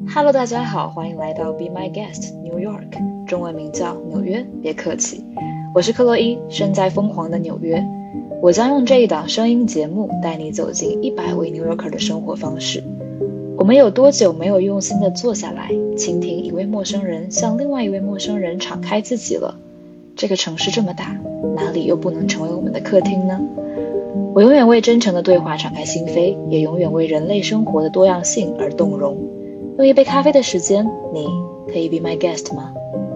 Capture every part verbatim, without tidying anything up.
Hello， 大家好，欢迎来到 Be My Guest New York， 中文名叫纽约，别客气。我是克洛伊，身在疯狂的纽约。我将用这一档声音节目带你走进一百位 New Yorker 的生活方式。我们有多久没有用心地坐下来，倾听一位陌生人向另外一位陌生人敞开自己了？这个城市这么大，哪里又不能成为我们的客厅呢？我永远为真诚的对话敞开心扉，也永远为人类生活的多样性而动容。用一杯咖啡的时间，你可以 be my guest 吗？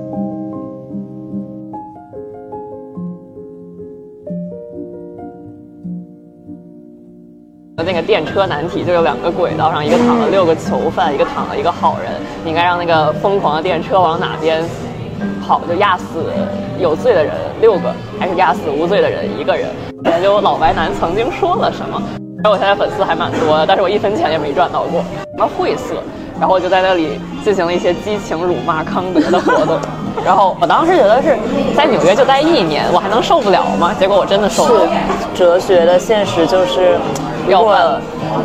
那个电车难题就有两个轨道上，一个躺了六个囚犯，一个躺了一个好人。你应该让那个疯狂的电车往哪边跑，就压死有罪的人六个，还是压死无罪的人一个人？研究老白男曾经说了什么？然后我现在粉丝还蛮多的，但是我一分钱也没赚到过，什么晦涩。然后我就在那里进行了一些激情辱骂康德的活动。然后我当时觉得是在纽约就待一年，我还能受不了吗？结果我真的受不了。 哲学的现实就是要饭了。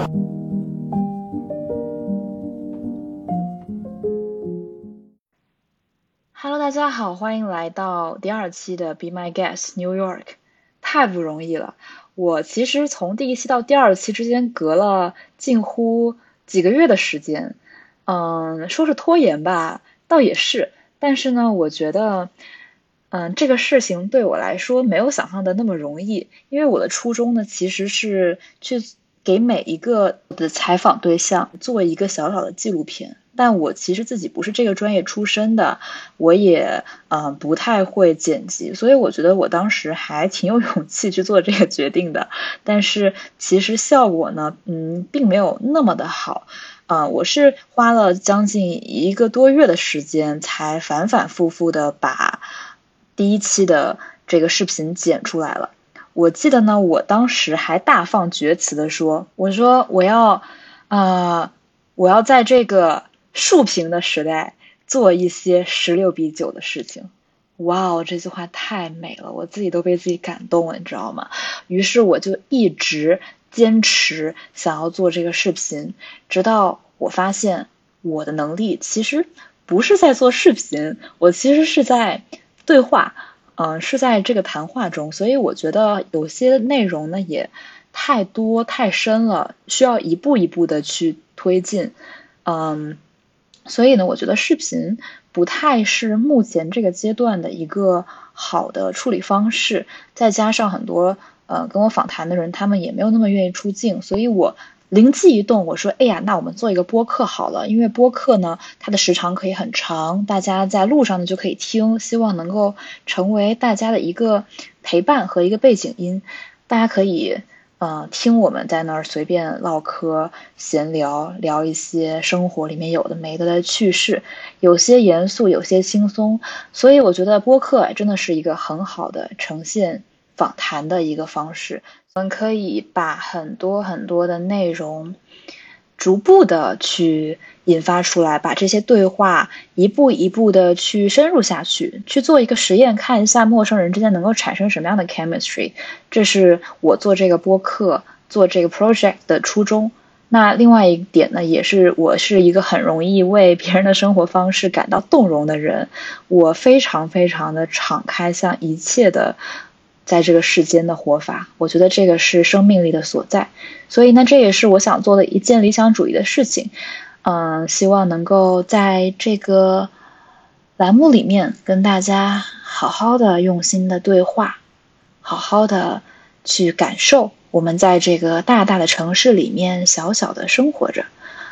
Hello， 大家好，欢迎来到第二期的 Be My Guest New York。太不容易了，我其实从第一期到第二期之间隔了近乎几个月的时间。嗯，说是拖延吧，倒也是，但是呢，我觉得，嗯，这个事情对我来说没有想象的那么容易，因为我的初衷呢，其实是去给每一个的采访对象做一个小小的纪录片。但我其实自己不是这个专业出身的，我也嗯、呃、不太会剪辑，所以我觉得我当时还挺有勇气去做这个决定的。但是其实效果呢，嗯，并没有那么的好。呃，我是花了将近一个多月的时间，才反反复复的把第一期的这个视频剪出来了。我记得呢，我当时还大放厥词的说，我说我要，呃，我要在这个竖屏的时代做一些十六比九的事情。哇哦，这句话太美了，我自己都被自己感动了，你知道吗？于是我就一直坚持想要做这个视频，直到我发现我的能力其实不是在做视频，我其实是在对话，嗯、呃，是在这个谈话中。所以我觉得有些内容呢也太多太深了，需要一步一步的去推进。嗯，所以呢，我觉得视频不太是目前这个阶段的一个好的处理方式，再加上很多呃跟我访谈的人，他们也没有那么愿意出镜，所以我灵机一动，我说，哎呀，那我们做一个播客好了，因为播客呢，它的时长可以很长，大家在路上呢就可以听，希望能够成为大家的一个陪伴和一个背景音，大家可以呃，听我们在那儿随便唠嗑闲聊，聊一些生活里面有的没的的趣事，有些严肃，有些轻松。所以我觉得播客真的是一个很好的呈现访谈的一个方式。我们可以把很多很多的内容逐步的去引发出来，把这些对话一步一步的去深入下去，去做一个实验，看一下陌生人之间能够产生什么样的 chemistry。 这是我做这个播客做这个 project 的初衷。那另外一点呢，也是我是一个很容易为别人的生活方式感到动容的人，我非常非常的敞开向一切的在这个世间的活法，我觉得这个是生命力的所在。所以呢，这也是我想做的一件理想主义的事情。嗯，希望能够在这个栏目里面跟大家好好的用心的对话，好好的去感受我们在这个大大的城市里面小小的生活着。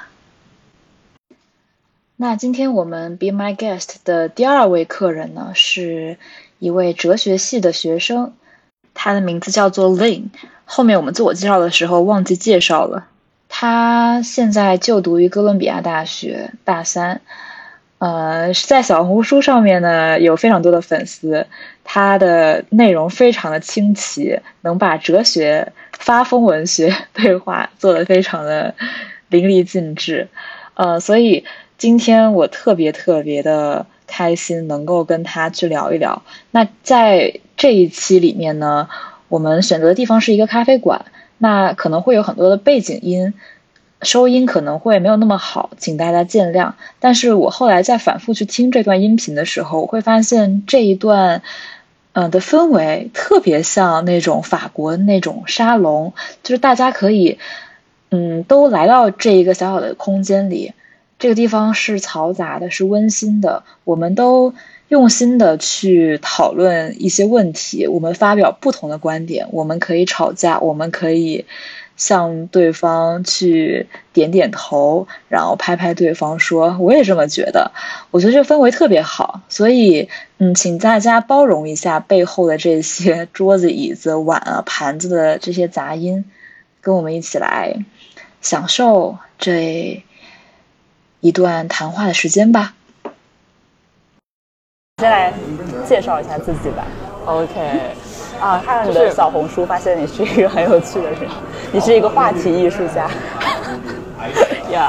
那今天我们 Be My Guest 的第二位客人呢，是一位哲学系的学生，他的名字叫做 Lin。 后面我们自我介绍的时候忘记介绍了，他现在就读于哥伦比亚大学大三，呃，在小红书上面呢有非常多的粉丝，他的内容非常的清奇，能把哲学、发疯文学对话做得非常的淋漓尽致，呃，所以今天我特别特别的开心能够跟他去聊一聊。那在这一期里面呢，我们选择的地方是一个咖啡馆，那可能会有很多的背景音， 收音可能会没有那么好，请大家见谅。但是我后来在反复去听这段音频的时候，我会发现这一段嗯、呃、的氛围特别像那种法国那种沙龙，就是大家可以嗯都来到这一个小小的空间里，这个地方是嘈杂的，是温馨的，我们都用心的去讨论一些问题，我们发表不同的观点，我们可以吵架，我们可以向对方去点点头，然后拍拍对方说我也这么觉得。我觉得这个氛围特别好，所以嗯，请大家包容一下背后的这些桌子椅子碗啊盘子的这些杂音，跟我们一起来享受这一段谈话的时间吧。 先来介绍一下自己吧。 OK 啊，看了你的小红书发现你是一个很有趣的人，你是一个话题艺术家。 Yeah,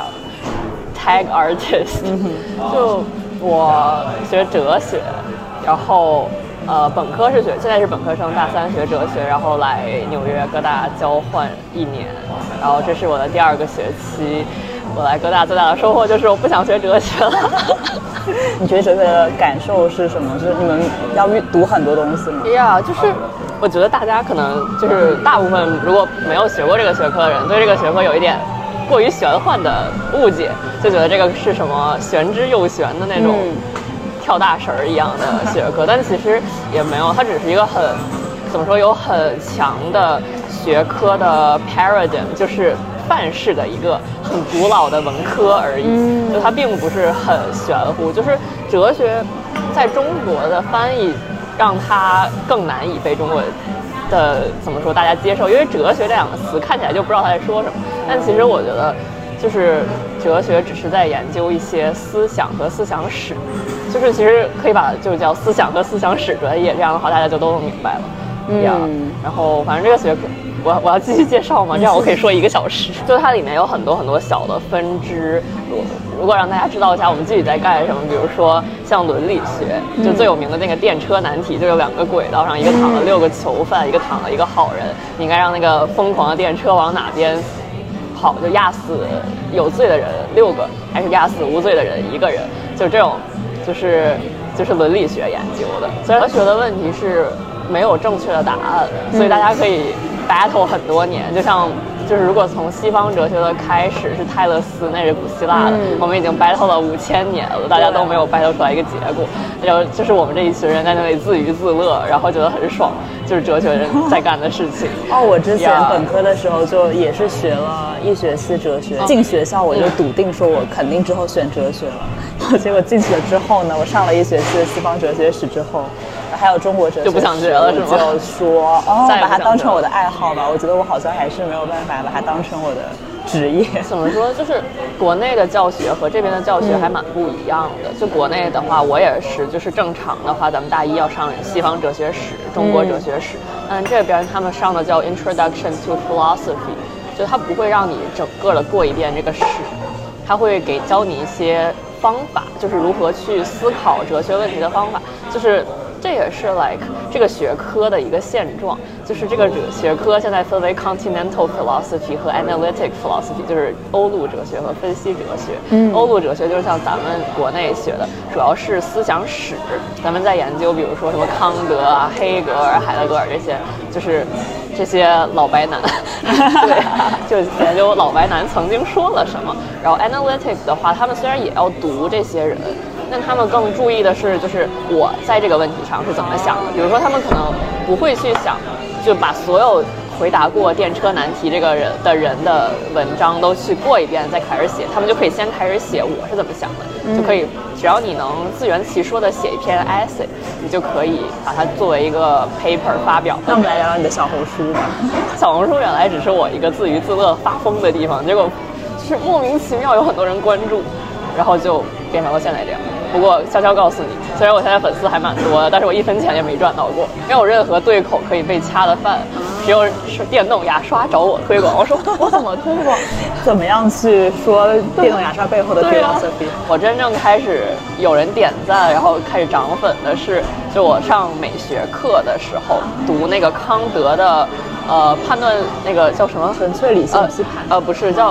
tag artist、嗯、就我学哲学，然后呃本科是学，现在是本科生，大三学哲学，然后来纽约哥大交换一年，然后这是我的第二个学期。我来哥大最大的收获就是我不想学哲学了。 你觉得哲学的感受是什么？就是你们要读很多东西吗？ 对呀，就是我觉得大家可能就是大部分如果没有学过这个学科的人，对这个学科有一点过于玄幻的误解，就觉得这个是什么玄之又玄的那种跳大神儿一样的学科，但其实也没有，它只是一个很怎么说有很强的学科的 paradigm， 就是范式的一个很古老的文科而已，嗯、就它并不是很玄乎。就是哲学在中国的翻译让它更难以被中国的怎么说大家接受，因为哲学这两个词看起来就不知道他在说什么。但其实我觉得，就是哲学只是在研究一些思想和思想史，就是其实可以把就叫思想和思想史专业，这样的话大家就都能明白了。嗯，然后反正这个学科。我我要继续介绍吗？这样我可以说一个小时。就它里面有很多很多小的分支，如果让大家知道一下我们具体在干什么，比如说像伦理学，就最有名的那个电车难题，就有两个轨道上，一个躺了六个囚犯，一个躺了一个好人，你应该让那个疯狂的电车往哪边跑，就压死有罪的人六个，还是压死无罪的人一个人，就这种，就是就是伦理学研究的。哲学的问题是没有正确的答案，所以大家可以battle 很多年，就像就是如果从西方哲学的开始是泰勒斯，那是古希腊的，嗯、我们已经 battle 了五千年了，大家都没有 battle 出来一个结果。然后就是我们这一群人在那里自娱自乐，然后觉得很爽，就是哲学人在干的事情。 哦，我之前本科的时候就也是学了一学期哲学，进、嗯、学校我就笃定说我肯定之后选哲学了，然后结果进去了之后呢，我上了一学期的西方哲学史之后。还有中国哲学就不想学了是吗？ 就说哦，把它当成我的爱好吧。我觉得我好像还是没有办法把它当成我的职业。 怎么说？就是国内的教学和这边的教学还蛮不一样的。嗯、就国内的话，我也是，就是正常的话，咱们大一要上西方哲学史、中国哲学史。嗯，这边他们上的叫 Introduction to Philosophy， 就他不会让你整个的过一遍这个史，他会给教你一些方法，就是如何去思考哲学问题的方法，就是。这也是 like 这个学科的一个现状，就是这个学科现在分为 continental philosophy 和 analytic philosophy， 就是欧陆哲学和分析哲学。嗯，欧陆哲学就是像咱们国内学的，主要是思想史，咱们在研究，比如说什么康德啊、黑格尔、海德格尔这些，就是这些老白男，对，就研究老白男曾经说了什么。然后 analytic 的话，他们虽然也要读这些人。但他们更注意的是，就是我在这个问题上是怎么想的。比如说，他们可能不会去想，就把所有回答过电车难题这个人的人的文章都去过一遍，再开始写。他们就可以先开始写我是怎么想的，嗯、就可以只要你能自圆其说的写一篇 essay， 你就可以把它作为一个 paper 发表。 那我们来聊聊你的小红书吧。 小红书原来只是我一个自娱自乐发疯的地方，结果就是莫名其妙有很多人关注，然后就变成了现在这样。不过悄悄告诉你，虽然我现在粉丝还蛮多的，但是我一分钱也没赚到过，没有任何对口可以被掐的饭，只有是电动牙刷找我推广。我说我怎么推广？ 怎么样去说电动牙刷背后的 philosophy？、 啊、我真正开始有人点赞，然后开始涨粉的是，就我上美学课的时候读那个康德的，呃，判断那个叫什么纯粹理性批判， 呃，呃不是叫。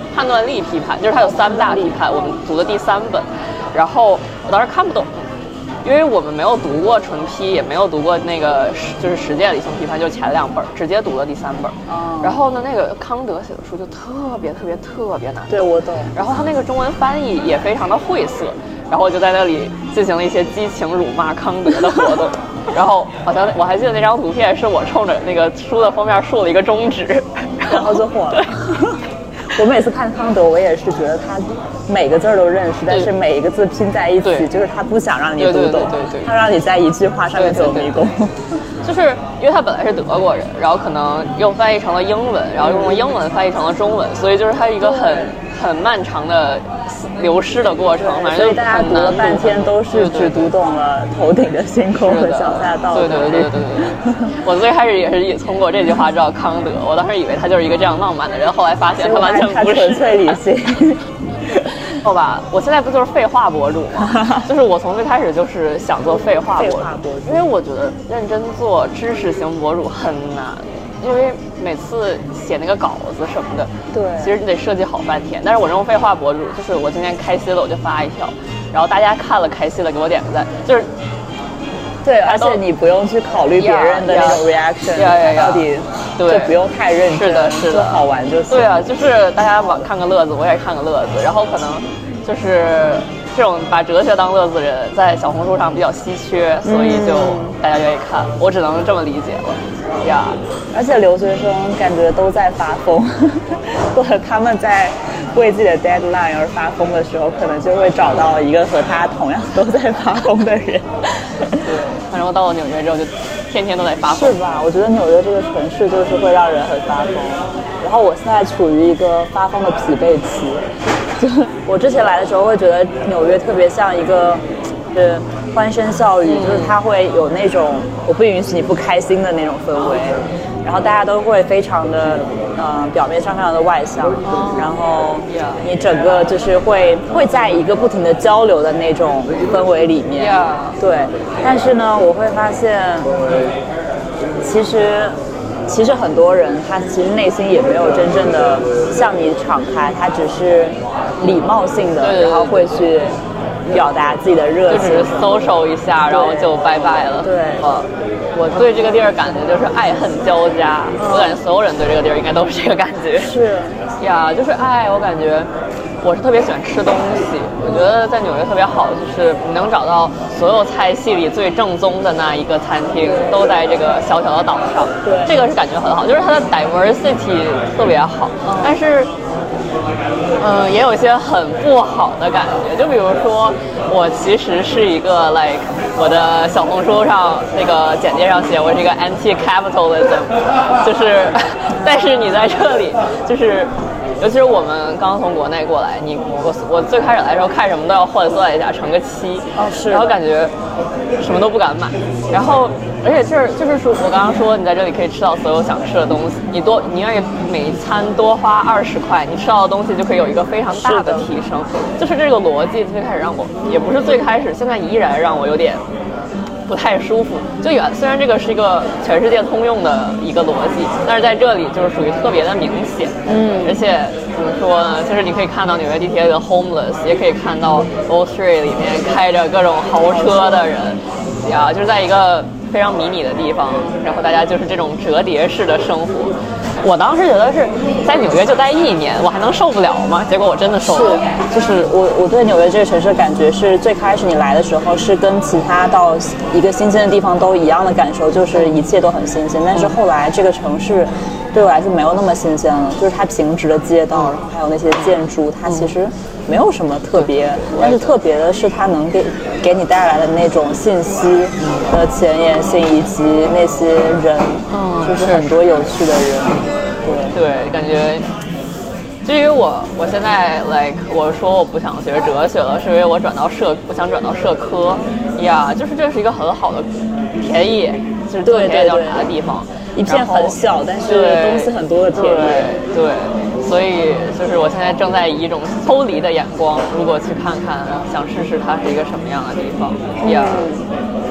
判断力批判，就是它有三大批判，我们读的第三本，然后我当时看不懂。因为我们没有读过纯批，也没有读过那个就是实践理性批判，就前两本，直接读了第三本。 哦、 然后呢，那个康德写的书就特别特别特别难。 对，我懂。 然后他那个中文翻译也非常的晦涩，然后我就在那里进行了一些激情辱骂康德的活动。然后好像我还记得那张图片是我冲着那个书的封面竖了一个中指， 然后就火了。我每次看康德，我也是觉得他每个字都认识，但是每一个字拼在一起，就是他不想让你读懂， 对对对对对， 他让你在一句话上面走迷宫。 对对对，就是因为他本来是德国人，然后可能又翻译成了英文，然后用英文翻译成了中文，所以就是他一个很很漫长的流失的过程。反正所以大家读了半天都是只读懂了头顶的星空和脚下的道路。 对对对对对对。我最开始也是通过这句话知道康德，我当时以为他就是一个这样浪漫的人，后来发现他完全不是， 纯粹理性。 好吧，我现在不就是废话博主吗？就是我从最开始就是想做废话博主，因为我觉得认真做知识型博主很难，因为每次写那个稿子什么的， 对， 其实你得设计好半天。但是我这种废话博主，就是我今天开心了我就发一条，然后大家看了开心了给我点个赞，就是。 对，而且你不用去考虑别人的那种 reaction， 到底就不用太认真， 是的，是的， 就好玩就行。 对啊，就是大家网看个乐子，我也看个乐子，然后可能就是这种把哲学当乐子的人，在小红书上比较稀缺，所以就大家愿意看，我只能这么理解了呀。 而且留学生感觉都在发疯，或者他们在为自己的 deadline 而发疯的时候，可能就会找到一个和他同样都在发疯的人。 对，反正我到了纽约之后就天天都在发疯。 是吧？我觉得纽约这个城市就是会让人很发疯。然后我现在处于一个发疯的疲惫期，就是我之前来的时候会觉得纽约特别像一个是欢声笑语，嗯、就是它会有那种我不允许你不开心的那种氛围。然后大家都会非常的，呃，表面上非常的外向，哦、然后你整个就是会会在一个不停的交流的那种氛围里面， yeah. 对。但是呢，我会发现，其实其实很多人他其实内心也没有真正的向你敞开，他只是礼貌性的， 对对对， 然后会去表达自己的热情， 就是 social 一下，然后就拜拜了。 对， 呃，我对这个地儿感觉就是爱恨交加，嗯、我感觉所有人对这个地儿应该都是这个感觉。 是呀，就是爱，我感觉我是特别喜欢吃东西，我觉得在纽约特别好，就是你能找到所有菜系里最正宗的那一个餐厅，都在这个小小的岛上。 对， 这个是感觉很好，就是它的 diversity 特别好，嗯、但是。嗯，也有一些很不好的感觉，就比如说，我其实是一个 like 我的小红书上那个简介上写我是一个 anti-capitalism， 就是，但是你在这里，就是，尤其是我们刚从国内过来，你我我最开始来的时候看什么都要换算一下，乘个七， 哦是， 然后感觉什么都不敢买，然后而且这就是说我刚刚说你在这里可以吃到所有想吃的东西，你多你愿意每餐多花二十块，你吃到的东西就可以有一个非常大的提升，就是这个逻辑最开始让我也不是最开始，现在依然让我有点不太舒服。就远虽然这个是一个全世界通用的一个逻辑，但是在这里就是属于特别的明显。嗯，而且怎么说呢？就是你可以看到纽约地铁里的 homeless， 也可以看到 Wall Street 里面开着各种豪车的人，呀，就是在一个非常迷你的地方，然后大家就是这种折叠式的生活。我当时觉得是在纽约就待一年，我还能受不了吗？结果我真的受不了。 是，就是我我对纽约这个城市的感觉是，最开始你来的时候是跟其他到一个新鲜的地方都一样的感受，就是一切都很新鲜。但是后来这个城市对我来说没有那么新鲜了，就是它平直的街道，然后还有那些建筑，它其实没有什么特别，但是特别的是它能给给你带来的那种信息的前沿性，以及那些人，嗯，就是很多有趣的人。 对对，感觉，至于我，我现在 like 我说我不想学哲学了，是因为我转到社，我想转到社科，呀，就是这是一个很好的田野，就是做田野调查的地方， 一片很小，但是东西很多的田野， 对，对，所以就是我现在正在以一种抽离的眼光，如果去看看，想试试它是一个什么样的地方，呀。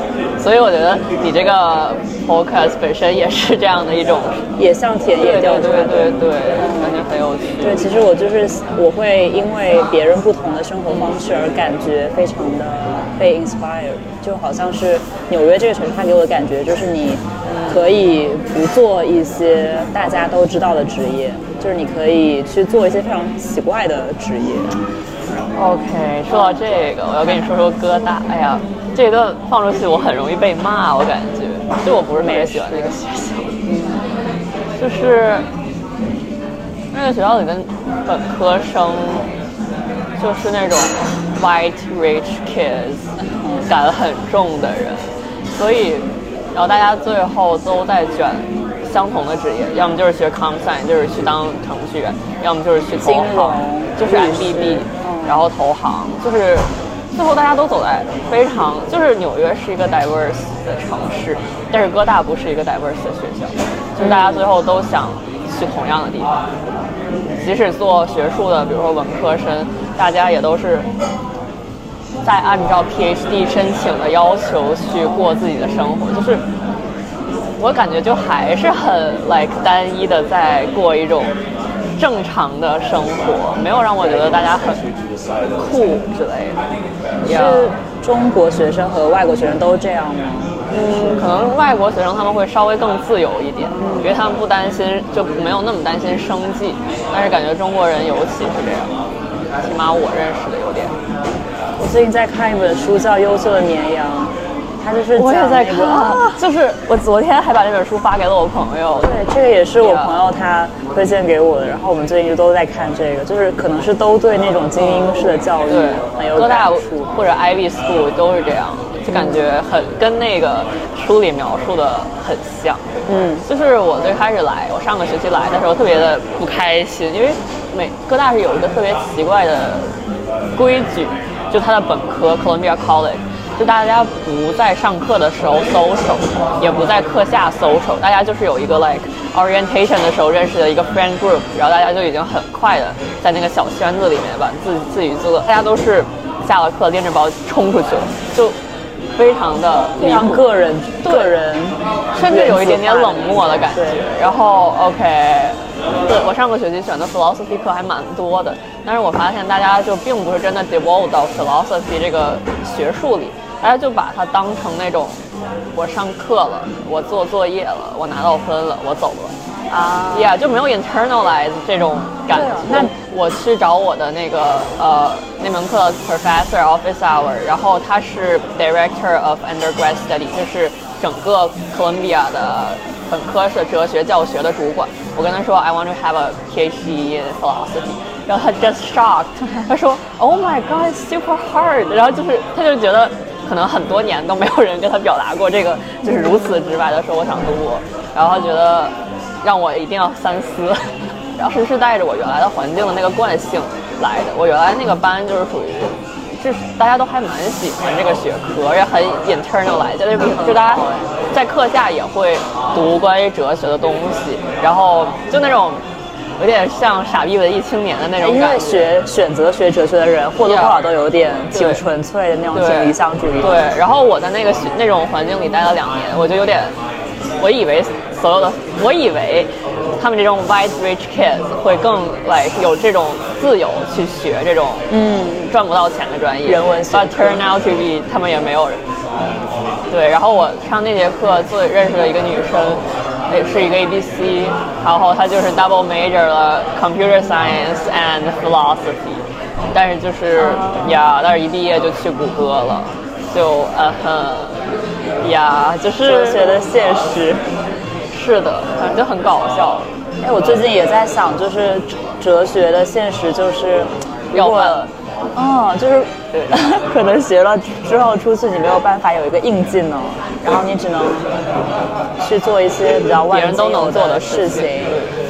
所以我觉得你这个 podcast 本身也是这样的一种， 也像田野调查， 对对对对，感觉很有趣。 对，其实我就是我会因为别人不同的生活方式而感觉非常的被 inspired， 就好像是纽约这个城市，它给我的感觉就是你可以不做一些大家都知道的职业，就是你可以去做一些非常奇怪的职业。 OK， 说到这个，我要跟你说说哥大。哎呀，这个放出去我很容易被骂，我感觉，就我不是特别喜欢那个学校，嗯，就是那个学校里的本科生就是那种 white rich kids， 感很重的人，所以，然后大家最后都在卷相同的职业，要么就是学 com science， 就是去当程序员，要么就是去投行，就是 M B B。然后投行，就是最后大家都走在非常，就是纽约是一个 diverse 的城市，但是哥大不是一个 diverse 的学校，就是大家最后都想去同样的地方，即使做学术的，比如说文科生，大家也都是在按照 P H D 申请的要求去过自己的生活，就是我感觉就还是很 like 单一的在过一种正常的生活，没有让我觉得大家很酷之类的。 是中国学生和外国学生都这样吗？ 嗯，可能外国学生他们会稍微更自由一点，因为他们不担心，就没有那么担心生计。但是感觉中国人尤其是这样，起码我认识的有点。 我最近在看一本书叫《优秀的绵羊》。他就是我也在看、啊，就是我昨天还把这本书发给了我朋友。 对，这个也是我朋友他推荐给我的，然后我们最近就都在看这个，就是可能是都对那种精英式的教育很有感触， 或者 Ivy School 都是这样，就感觉很跟那个书里描述的很像。嗯，就是我最开始来，我上个学期来的时候特别的不开心，因为美哥大是有一个特别奇怪的规矩，就它的本科 Columbia College。就大家不在上课的时候social，也不在课下social，大家就是有一个 like orientation 的时候认识的一个 friend group， 然后大家就已经很快的在那个小圈子里面吧自自娱自乐，大家都是下了课拎着包冲出去了，就非常的非常个人个人， 甚至有一点点冷漠的感觉。然后 OK， 对，我上个学期选的 philosophy 课还蛮多的，但是我发现大家就并不是真的 devote 到 philosophy 这个学术里。大家就把它当成那种，我上课了，我做作业了，我拿到分了，我走了，啊，呀、yeah, 就没有 internalize 这种感觉。那我去找我的那个呃那门课 professor office hour， 然后他是 director of undergrad study， 就是整个 Columbia 的本科是哲学教学的主管。我跟他说 I want to have a PhD in philosophy， 然后他 just shocked， 他说 Oh my God, it's super hard， 然后就是他就觉得。可能很多年都没有人跟他表达过这个，就是如此直白的说我想读博，然后他觉得让我一定要三思，然后是是带着我原来的环境的那个惯性来的。我原来那个班就是属于，就是大家都还蛮喜欢这个学科，也很 internalize， 就是就大家在课下也会读关于哲学的东西，然后就那种。有点像傻逼文艺青年的那种感觉， 因为学选择学哲学的人或多或少都有点挺纯粹的那种挺理想主义。 对，然后我在那个那种环境里待了两年，我就有点，我以为所有的，我以为他们这种 white rich kids 会更 like 有这种自由去学这种嗯赚不到钱的专业， 人文学。 But turn out to be 他们也没有人。对，然后我上那节课最认识了一个女生。也是一个 A B C， 然后他就是 double major 了 computer science and philosophy， 但是就是呀，但是一毕业就去谷歌了，就呃哼呀，就是哲学的现实， 是的，反正就很搞笑。 哎，我最近也在想，就是哲学的现实就是，如果嗯，就是可能学了之后出去，你没有办法有一个硬技能，然后你只能去做一些比较万人都能做的事情。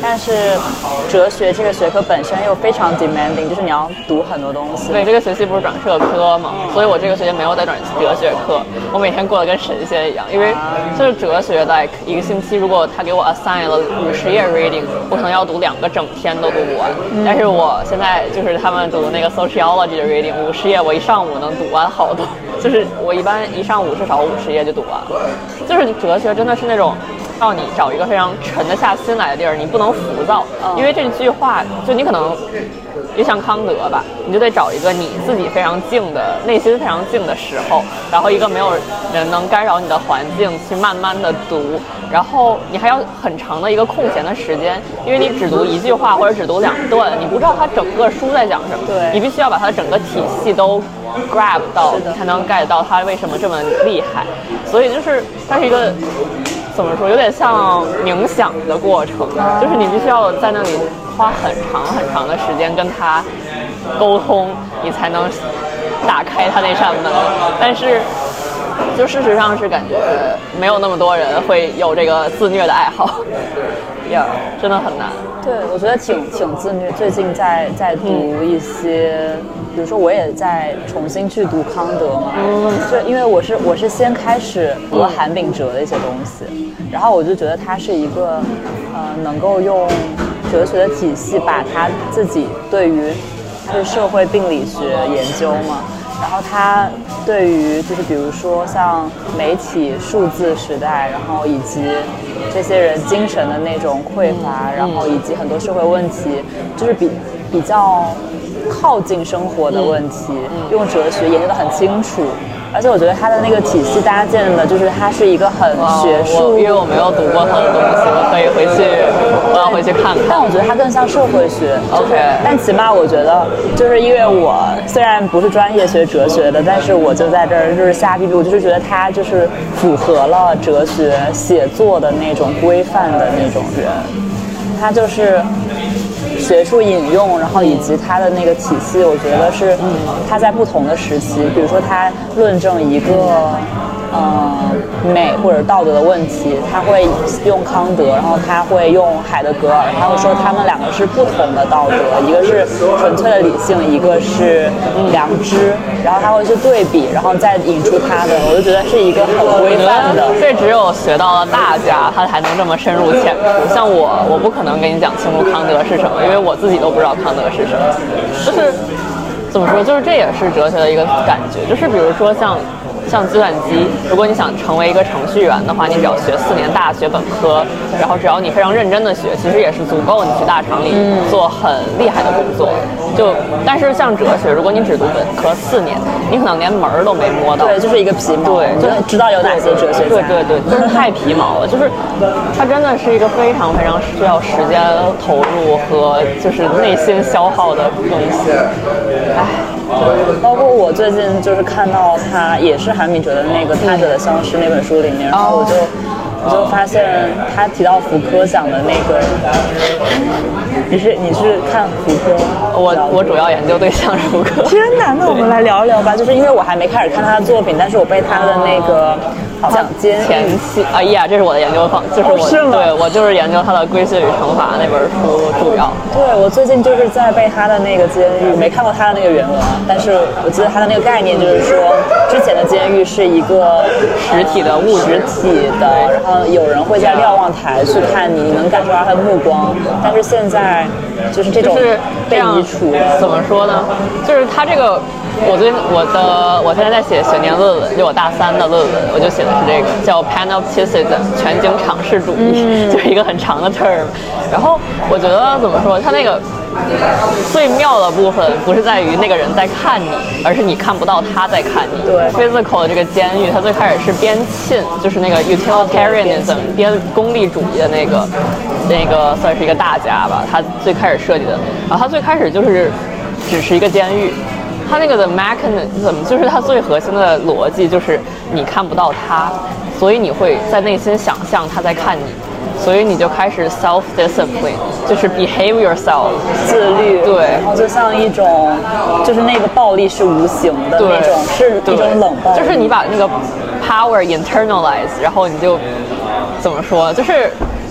但是哲学这个学科本身又非常 demanding， 就是你要读很多东西。 对，这个学期不是转社科嘛，所以我这个学期没有在转哲学课，我每天过得跟神仙一样，因为就是哲学在一个星期，如果他给我 assign 了五十页 reading， 我可能要读两个整天都读不完。嗯、但是我现在就是他们读那个 sociology 的 reading， 五十页我一上午能读完好多，就是我一般一上午至少五十页就读完了。就是哲学真的是那种。让你找一个非常沉得下心来的地儿，你不能浮躁，因为这句话就你可能就像康德吧，你就得找一个你自己非常静的内心非常静的时候，然后一个没有人能干扰你的环境去慢慢的读，然后你还要很长的一个空闲的时间，因为你只读一句话或者只读两段，你不知道它整个书在讲什么， 对， 你必须要把它整个体系都 grab 到，才能 get 到它为什么这么厉害。所以就是它是一个怎么说，有点像冥想的过程，就是你必须要在那里花很长很长的时间跟他沟通，你才能打开他那扇门。但是就事实上是感觉没有那么多人会有这个自虐的爱好，呀、yeah, 真的很难。 对，我觉得挺挺自虐。最近在在读一些、嗯，比如说我也在重新去读康德嘛，嗯，就因为我是我是先开始读韩炳哲的一些东西，嗯、然后我就觉得他是一个呃能够用哲学的体系把他自己对于他是社会病理学研究嘛。然后他对于就是比如说像媒体数字时代，然后以及这些人精神的那种匮乏，然后以及很多社会问题，就是比比较靠近生活的问题，用哲学研究得很清楚。而且我觉得他的那个体系搭建的，就是他是一个很学术， 因为我没有读过他的东西，我可以回去，我要回去看看。 但我觉得他更像社会学 ，OK。 但起码我觉得，就是因为我虽然不是专业学哲学的，但是我就在这儿就是瞎逼逼，我就是觉得他就是符合了哲学写作的那种规范的那种人，他就是学术引用，然后以及他的那个体系，我觉得是他在不同的时期，比如说他论证一个呃美或者道德的问题，他会用康德，然后他会用海德格尔，他会说他们两个是不同的道德，一个是纯粹的理性，一个是良知，然后他会去对比，然后再引出他的，我就觉得是一个很规范的。 这只有学到了大家，他才能这么深入浅出。像我，我不可能给你讲清楚康德是什么，因为我自己都不知道康德是什么。就是怎么说，就是这也是哲学的一个感觉，就是比如说像。像计算机，如果你想成为一个程序员的话，你只要学四年大学本科，然后只要你非常认真的学，其实也是足够你去大厂里做很厉害的工作。就但是像哲学，如果你只读本科四年，你可能连门儿都没摸到。 对，就是一个皮毛。 对， 就知道有哪些哲学家。 对对对，真是太皮毛了。就是它真的是一个非常非常需要时间投入和就是内心消耗的东西。唉。 包括我最近就是看到他也是韩炳哲的那个《他者的消失》那本书里面，然后我就我就发现他提到福柯讲的那个，你是你是看福柯？ 我我主要研究对象是福柯。 天哪，那我们来聊一聊吧。就是因为我还没开始看他的作品，但是我被他的那个好像监前期啊呀，这是我的研究方，就是我、 哦、是吗？ 对我就是研究他的《规训与惩罚》那本书主要。 对，我最近就是在被他的那个监狱，没看过他的那个原文，但是我记得他的那个概念就是说，之前的监狱是一个实体的物实体的，然后有人会在瞭望台去看你，你能感受到他的目光，但是现在就是这种被移除了。 怎么说呢？就是他这个。我最我的我现在在写学年论文，就我大三的论文，我就写的是这个叫 panopticism 全景场式主义，嗯、就是一个很长的 term。然后我觉得怎么说，它那个最妙的部分不是在于那个人在看你，而是你看不到他在看你。 对 ，physical 的这个监狱，它最开始是边沁，就是那个 utilitarianism 边功利主义的那个那个算是一个大家吧，他最开始设计的。然后他最开始就是只是一个监狱。它那个的 mechanism 就是它最核心的逻辑，就是你看不到它，所以你会在内心想象他在看你，所以你就开始 self discipline， 就是 behave yourself， 自律。 对， 然后就像一种，就是那个暴力是无形的那种，是一种冷暴力， 就是你把那个 power internalize， 然后你就怎么说，就是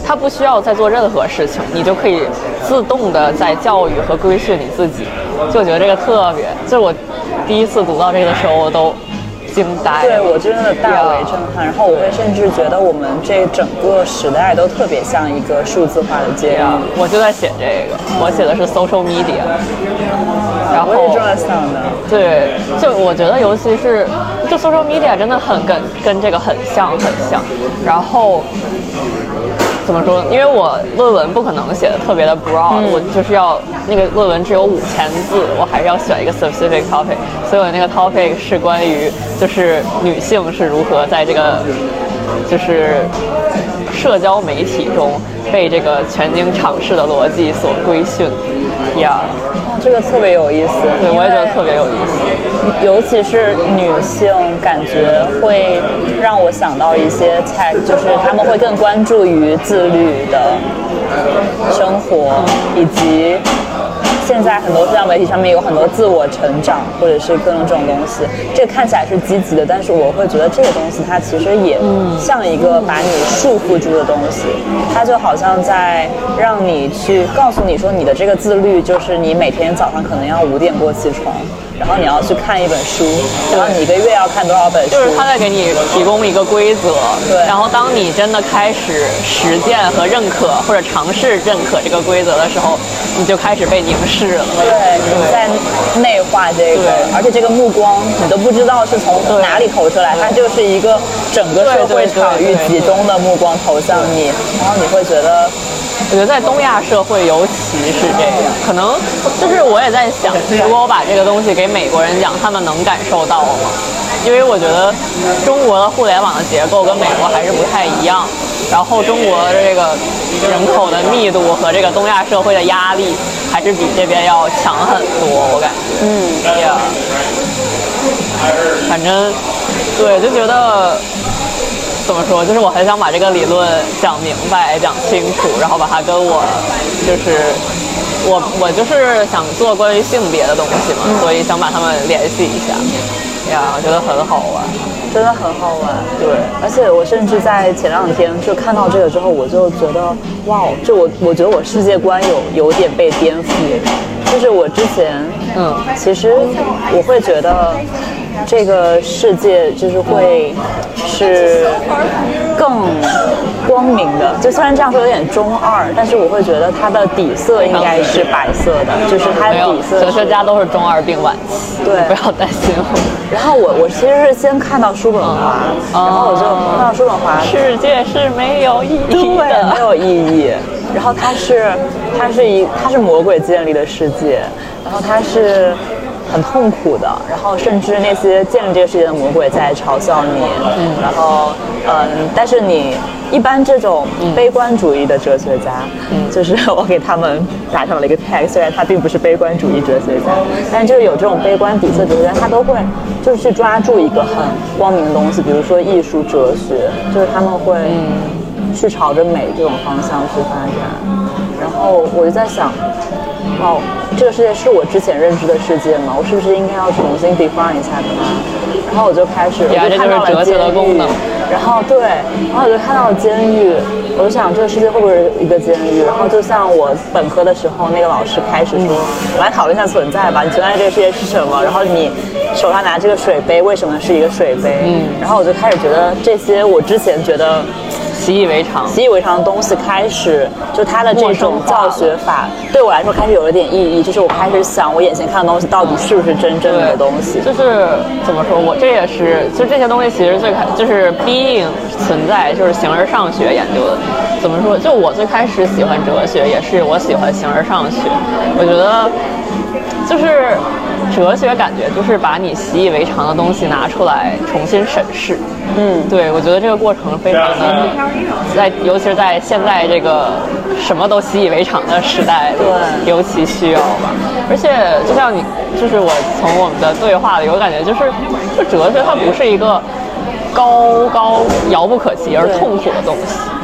他不需要再做任何事情，你就可以自动的在教育和规训你自己。就觉得这个特别，就是我第一次读到这个的时候，我都惊呆了。 对，我真的大为震撼。然后我会甚至觉得我们这整个时代都特别像一个数字化的阶段。 我就在写这个，我写的是 social media。然后我也这么想的。 对，就我觉得尤其是就 social media 真的很跟跟这个很像很像。然后怎么说？因为我论文不可能写的特别的 broad，、嗯、我就是要那个论文只有五千字，我还是要选一个 specific topic， 所以我那个 topic 是关于就是女性是如何在这个就是社交媒体中被这个全经常识的逻辑所规训呀。Yeah. 这个特别有意思， 对，我也觉得特别有意思， 尤其是女性，感觉会让我想到一些菜，就是她们会更关注于自律的生活，以及现在很多社交媒体上面有很多自我成长或者是各种这种东西，这个看起来是积极的，但是我会觉得这个东西它其实也像一个把你束缚住的东西，它就好像在让你去告诉你说你的这个自律就是你每天早上可能要五点过起床，然后你要去看一本书，然后你一个月要看多少本书， 就是他在给你提供一个规则， 对， 然后当你真的开始实践和认可或者尝试认可这个规则的时候，你就开始被凝视了， 对，你在内化这个，而且这个目光你都不知道是从哪里投出来，它就是一个整个社会场域集中的目光投向你，然后你会觉得。 我觉得在东亚社会尤其是这样，可能就是我也在想，如果我把这个东西给美国人讲，他们能感受到吗？因为我觉得中国的互联网的结构跟美国还是不太一样，然后中国的这个人口的密度和这个东亚社会的压力还是比这边要强很多，我感觉。 嗯， 对呀。反正对，就觉得。怎么说？就是我很想把这个理论讲明白、讲清楚，然后把它跟我，就是我我就是想做关于性别的东西嘛，嗯、所以想把它们联系一下。呀，我觉得很好玩， 真的很好玩。对，而且我甚至在前两天就看到这个之后，我就觉得，哇，就我我觉得我世界观有有点被颠覆。就是我之前，嗯，其实我会觉得。这个世界就是会是更光明的，就虽然这样说有点中二，但是我会觉得它的底色应该是白色的，就是它的底色。 哲学家都是中二病晚期， 对， 不要担心。 然后我我其实是先看到叔本华，嗯、然后我就看到叔本华， 世界是没有意义的， 对，没有意义。然后它是它是一它是魔鬼建立的世界，然后它是。很痛苦的，然后甚至那些建立这个世界的魔鬼在嘲笑你，嗯，然后嗯，但是你一般这种悲观主义的哲学家，嗯，就是我给他们打上了一个 tag， 虽然他并不是悲观主义哲学家，但就是有这种悲观底色哲学家，他都会就是去抓住一个很光明的东西，比如说艺术哲学，就是他们会去朝着美这种方向去发展，然后我就在想。哦，这个世界是我之前认知的世界吗？我是不是应该要重新 define 一下它？然后我就开始，我就看到了监狱，然后对，然后我就看到了监狱，我就想这个世界会不会是一个监狱？然后就像我本科的时候，那个老师开始说，我来讨论一下存在吧，你存在这个世界是什么？然后你手上拿这个水杯，为什么是一个水杯？嗯，然后我就开始觉得这些我之前觉得。 习以为常， 习以为常的东西开始，就它的这种教学法对我来说开始有了点意义。就是我开始想，我眼前看的东西到底是不是真正的东西？ 就是怎么说，我这也是，就这些东西其实最开就是 being 存在，就是形而上学研究的。怎么说？就我最开始喜欢哲学，也是我喜欢形而上学。我觉得就是哲学，感觉就是把你习以为常的东西拿出来重新审视。嗯，对，我觉得这个过程非常的，在尤其是在现在这个什么都习以为常的时代， 对， 尤其需要吧。而且就像你，就是我从我们的对话里，我感觉就是，就哲学它不是一个高高遥不可及而痛苦的东西。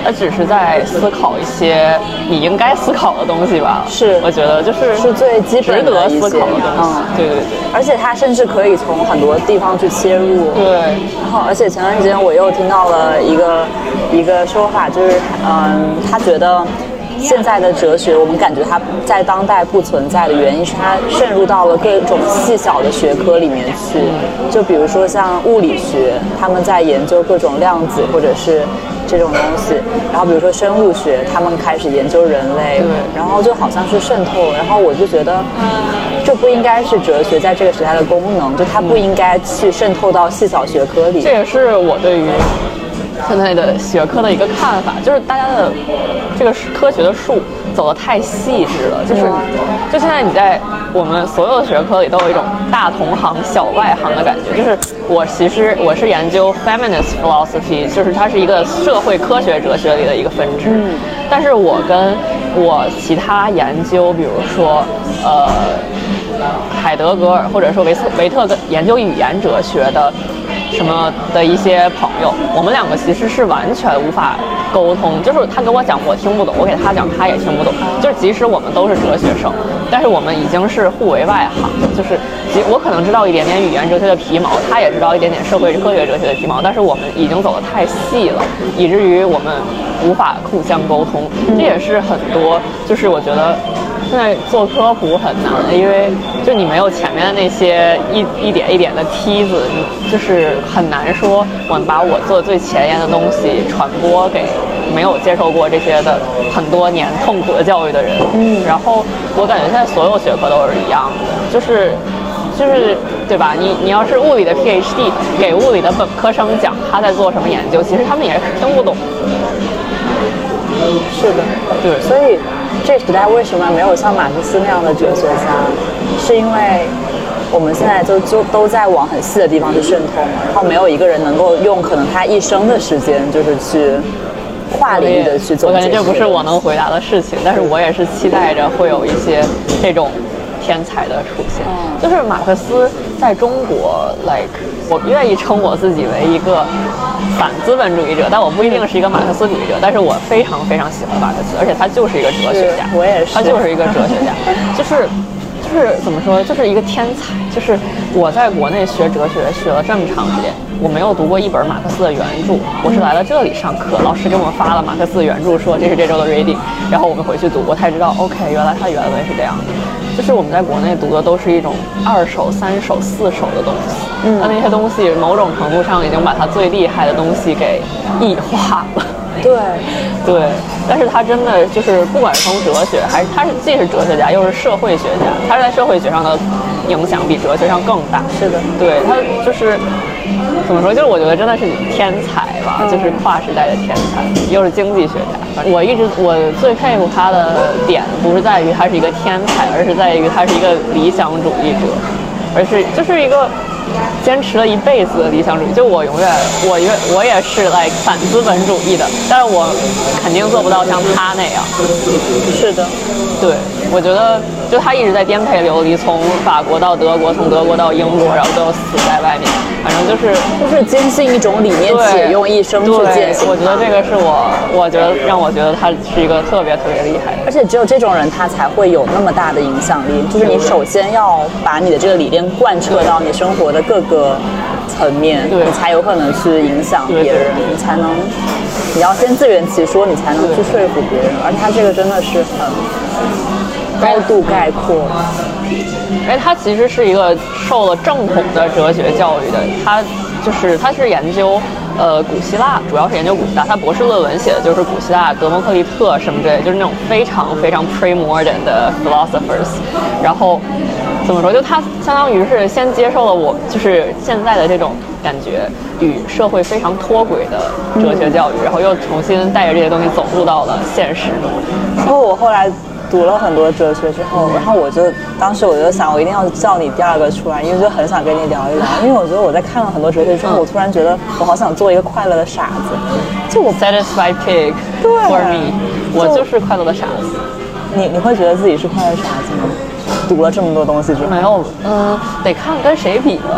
他只是在思考一些你应该思考的东西吧。 是， 我觉得就是是最基本的值得思考的东西。嗯，对对对。 而且他甚至可以从很多地方去切入。 对。 然后，而且前段时间我又听到了一个一个说法，就是嗯，他觉得。现在的哲学，我们感觉它在当代不存在的原因是它渗入到了各种细小的学科里面去。就比如说像物理学，他们在研究各种量子或者是这种东西。然后比如说生物学，他们开始研究人类，然后就好像是渗透。然后我就觉得，这不应该是哲学在这个时代的功能，就它不应该去渗透到细小学科里。 这也是我对于现在的学科的一个看法，就是大家的这个科学的树走得太细致了，就是就现在你在我们所有的学科里都有一种大同行小外行的感觉。就是我其实我是研究 feminist philosophy， 就是它是一个社会科学哲学里的一个分支，嗯，但是我跟我其他研究比如说呃海德格尔或者说维斯维特根研究语言哲学的什么的一些朋友，我们两个其实是完全无法沟通，就是他跟我讲我听不懂，我给他讲他也听不懂，就是即使我们都是哲学生，但是我们已经是互为外行，就是我可能知道一点点语言哲学的皮毛，他也知道一点点社会科学哲学的皮毛，但是我们已经走得太细了，以至于我们无法互相沟通。这也是很多就是我觉得现在做科普很难，因为就你没有前面的那些一一点一点的梯子，你就是很难说我们把我做最前沿的东西传播给没有接受过这些的很多年痛苦的教育的人。嗯，然后我感觉现在所有学科都是一样的，就是就是对吧？你你要是物理的 PhD 给物理的本科生讲他在做什么研究，其实他们也是听不懂。 是的， 对， 所以这时代为什么没有像马克思那样的哲学家？是因为我们现在就就都在往很细的地方去渗透嘛，然后没有一个人能够用可能他一生的时间，就是去跨领域的去做。 我感觉这不是我能回答的事情，但是我也是期待着会有一些这种天才的出现。嗯，就是马克思在中国 ，like 我愿意称我自己为一个反资本主义者，但我不一定是一个马克思主义者，但是我非常非常喜欢马克思，而且他就是一个哲学家， 我也是， 他就是一个哲学家，就是就是怎么说，就是一个天才。就是我在国内学哲学学了这么长时间，我没有读过一本马克思的原著，我是来了这里上课，老师给我们发了马克思的原著，说这是这周的 reading， 然后我们回去读，我才知道 OK， 原来他原文是这样的。就是我们在国内读的都是一种二手、三手、四手的东西，嗯，那那些东西某种程度上已经把它最厉害的东西给异化了。 对， 对，但是他真的就是不管是从哲学还是他是既是哲学家又是社会学家，他是在社会学上的影响比哲学上更大。 是的， 对，他就是怎么说，就是我觉得真的是天才吧，嗯，就是跨时代的天才，又是经济学家。我一直我最佩服他的点不是在于他是一个天才，而是在于他是一个理想主义者，而是就是一个坚持了一辈子的理想主义。就我永远我永我也是 like 反资本主义的，但是我肯定做不到像他那样。 是的， 对，我觉得就他一直在颠沛流离，从法国到德国，从德国到英国，然后最后死在外面。反正就是就是坚信一种理念，且用一生去践行。 我觉得这个是我，我觉得让我觉得他是一个特别特别厉害的， 而且只有这种人他才会有那么大的影响力。就是你首先要把你的这个理念贯彻到你生活的各个层面，你才有可能去影响别人，你才能，你要先自圆其说，你才能去说服别人。而他这个真的是很高度概括。 哎，他其实是一个受了正统的哲学教育的，他就是他是研究呃古希腊，主要是研究古希腊，他博士论文写的就是古希腊德谟克利特什么之类，就是那种非常非常 pre-modern 的 philosophers。然后怎么说，就他相当于是先接受了我就是现在的这种感觉与社会非常脱轨的哲学教育，然后又重新带着这些东西走入到了现实中。 然后我后来读了很多哲学之后，然后我就当时我就想，我一定要叫你第二个出来，因为就很想跟你聊一聊。因为我觉得我在看了很多哲学之后，我突然觉得我好想做一个快乐的傻子。就我 satisfied pig for me， 我就是快乐的傻子。 你你会觉得自己是快乐傻子吗？读了这么多东西之后， 没有，嗯、呃，得看跟谁比了。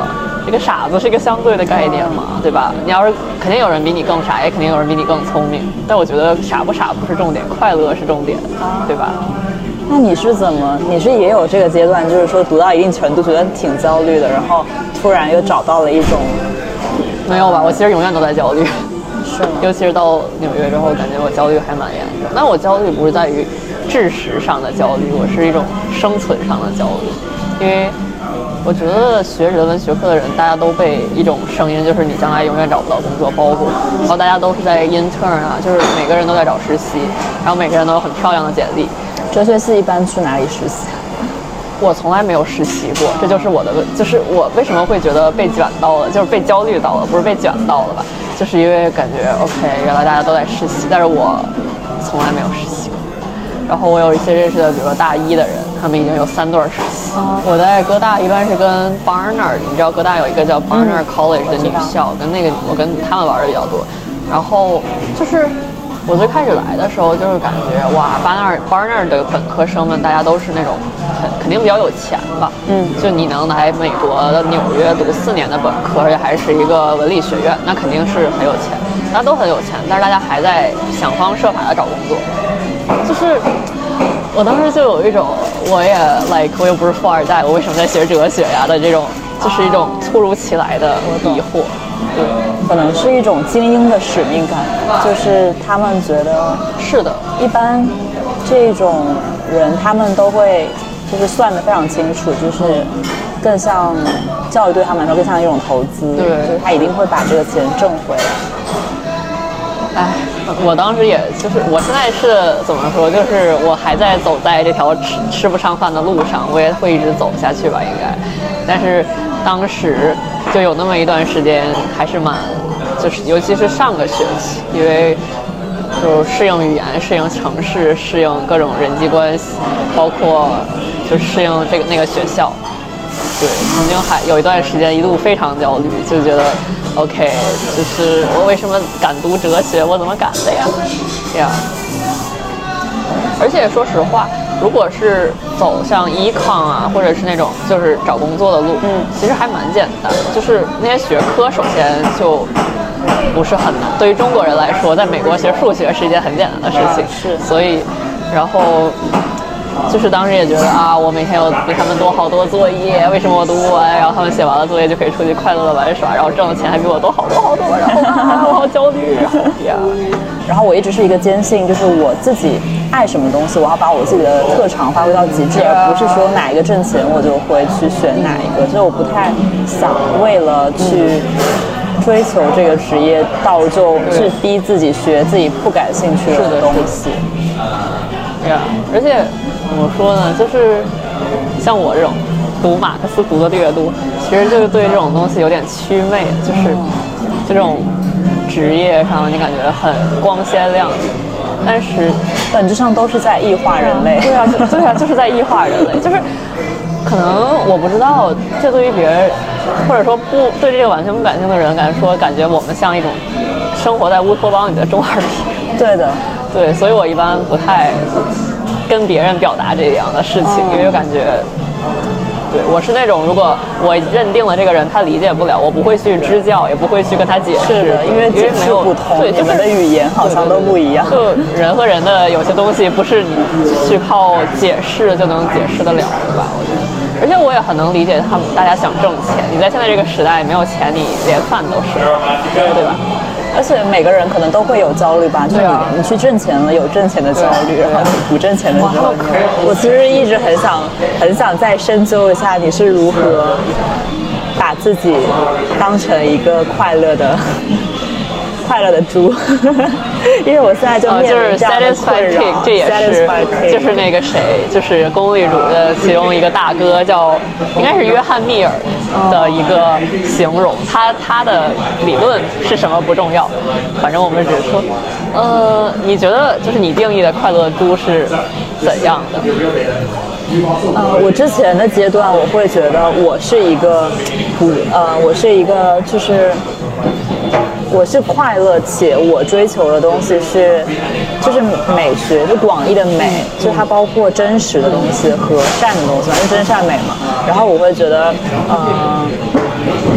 这个傻子是一个相对的概念嘛，对吧？你要是肯定有人比你更傻，也肯定有人比你更聪明，但我觉得傻不傻不是重点，快乐是重点，对吧？ 那你是怎么？你是也有这个阶段，就是说读到一定程度觉得挺焦虑的，然后突然又找到了一种？ 没有吧？我其实永远都在焦虑， 是吗？ 尤其是到纽约之后，感觉我焦虑还蛮严重。但我焦虑不是在于知识上的焦虑，我是一种生存上的焦虑，因为我觉得学人文学科的人，大家都被一种声音，就是你将来永远找不到工作包裹，然后大家都是在 intern 啊，就是每个人都在找实习，然后每个人都有很漂亮的简历。 哲学系一般去哪里实习？ 我从来没有实习过，这就是我的问，就是我为什么会觉得被卷到了，就是被焦虑到了，不是被卷到了吧？就是因为感觉 OK， 原来大家都在实习，但是我从来没有实习过。然后我有一些认识的，比如说大一的人，他们已经有三段实习。哦、我在哥大一般是跟 Barnard， 你知道哥大有一个叫 Barnard College 的女校，嗯、跟那个我跟他们玩的比较多。然后就是我最开始来的时候，就是感觉哇 ，Barnard Barnard 的本科生们大家都是那种很肯定比较有钱吧。嗯，就你能来美国的纽约读四年的本科，而且还是一个文理学院，那肯定是很有钱，大家都很有钱，但是大家还在想方设法的找工作。就是我当时就有一种，我也 like 我又不是富二代，我为什么在学哲学呀的这种，就是一种突如其来的疑惑。 对，可能是一种精英的使命感，就是他们觉得是的， 一般这种人他们都会就是算得非常清楚，就是更像教育对他们来说更像一种投资， 对， 就是他一定会把这个钱挣回来。 哎，我当时也就是，我现在是怎么说？就是我还在走在这条吃吃不上饭的路上，我也会一直走下去吧，应该。但是当时就有那么一段时间，还是蛮，就是尤其是上个学期，因为就适应语言、适应城市、适应各种人际关系，包括就适应这个那个学校。对，曾经还有一段时间一度非常焦虑，就觉得 OK， 就是我为什么敢读哲学，我怎么敢的呀？这样。而且说实话，如果是走向 econ 啊，或者是那种就是找工作的路，嗯，其实还蛮简单的。就是那些学科，首先就不是很难。对于中国人来说，在美国学数学是一件很简单的事情， 是。 所以，然后。就是当时也觉得啊，我每天有比他们多好多作业，为什么我读不完？然后他们写完了作业就可以出去快乐的玩耍，然后挣的钱还比我多好多好多，然后啊，我好焦虑啊！呀， 然后我一直是一个坚信，就是我自己爱什么东西，我要把我自己的特长发挥到极致，而不是说哪一个挣钱我就会去选哪一个。所以我不太想为了去追求这个职业，到就去逼自己学自己不感兴趣的东西。 呀，而且。怎么说呢？就是像我这种读马克思读的略多，其实就是对这种东西有点祛魅，就是这种职业上你感觉很光鲜亮丽，但是本质上都是在异化人类。 对啊，对啊，就是在异化人类。就是可能我不知道，这对于别人或者说不对这个完全不感兴趣的人，感觉说感觉我们像一种生活在乌托邦里的中二病。 对的， 对，所以我一般不太。跟别人表达这样的事情，因为我感觉，对我是那种，如果我认定了这个人他理解不了，我不会去支教，也不会去跟他解释， 是的，因为解释不通，对，你们的语言好像都不一样。 就人和人的有些东西不是你去靠解释就能解释得了的吧？我觉得，而且我也很能理解他们，大家想挣钱，你在现在这个时代没有钱，你连饭都吃，对吧？ 而且每个人可能都会有焦虑吧，就是你、啊、你去挣钱了，有挣钱的焦虑，然后你不挣钱的时候，我其实一直很想很想再深究一下，你是如何把自己当成一个快乐的快乐的猪，因为我现在就面临这样的困扰。 呃、就是 satisfied pig， 这也是就是那个谁，就是功利主的其中一个大哥叫，应该是约翰密尔的一个形容。他他的理论是什么不重要，反正我们只是说，呃，你觉得就是你定义的快乐猪是怎样的？ 呃，我之前的阶段，我会觉得我是一个不呃，我是一个就是。我是快乐，且我追求的东西是，就是美学，就广义的美，就是它包括真实的东西、和善的东西嘛，就真善美嘛。然后我会觉得，呃，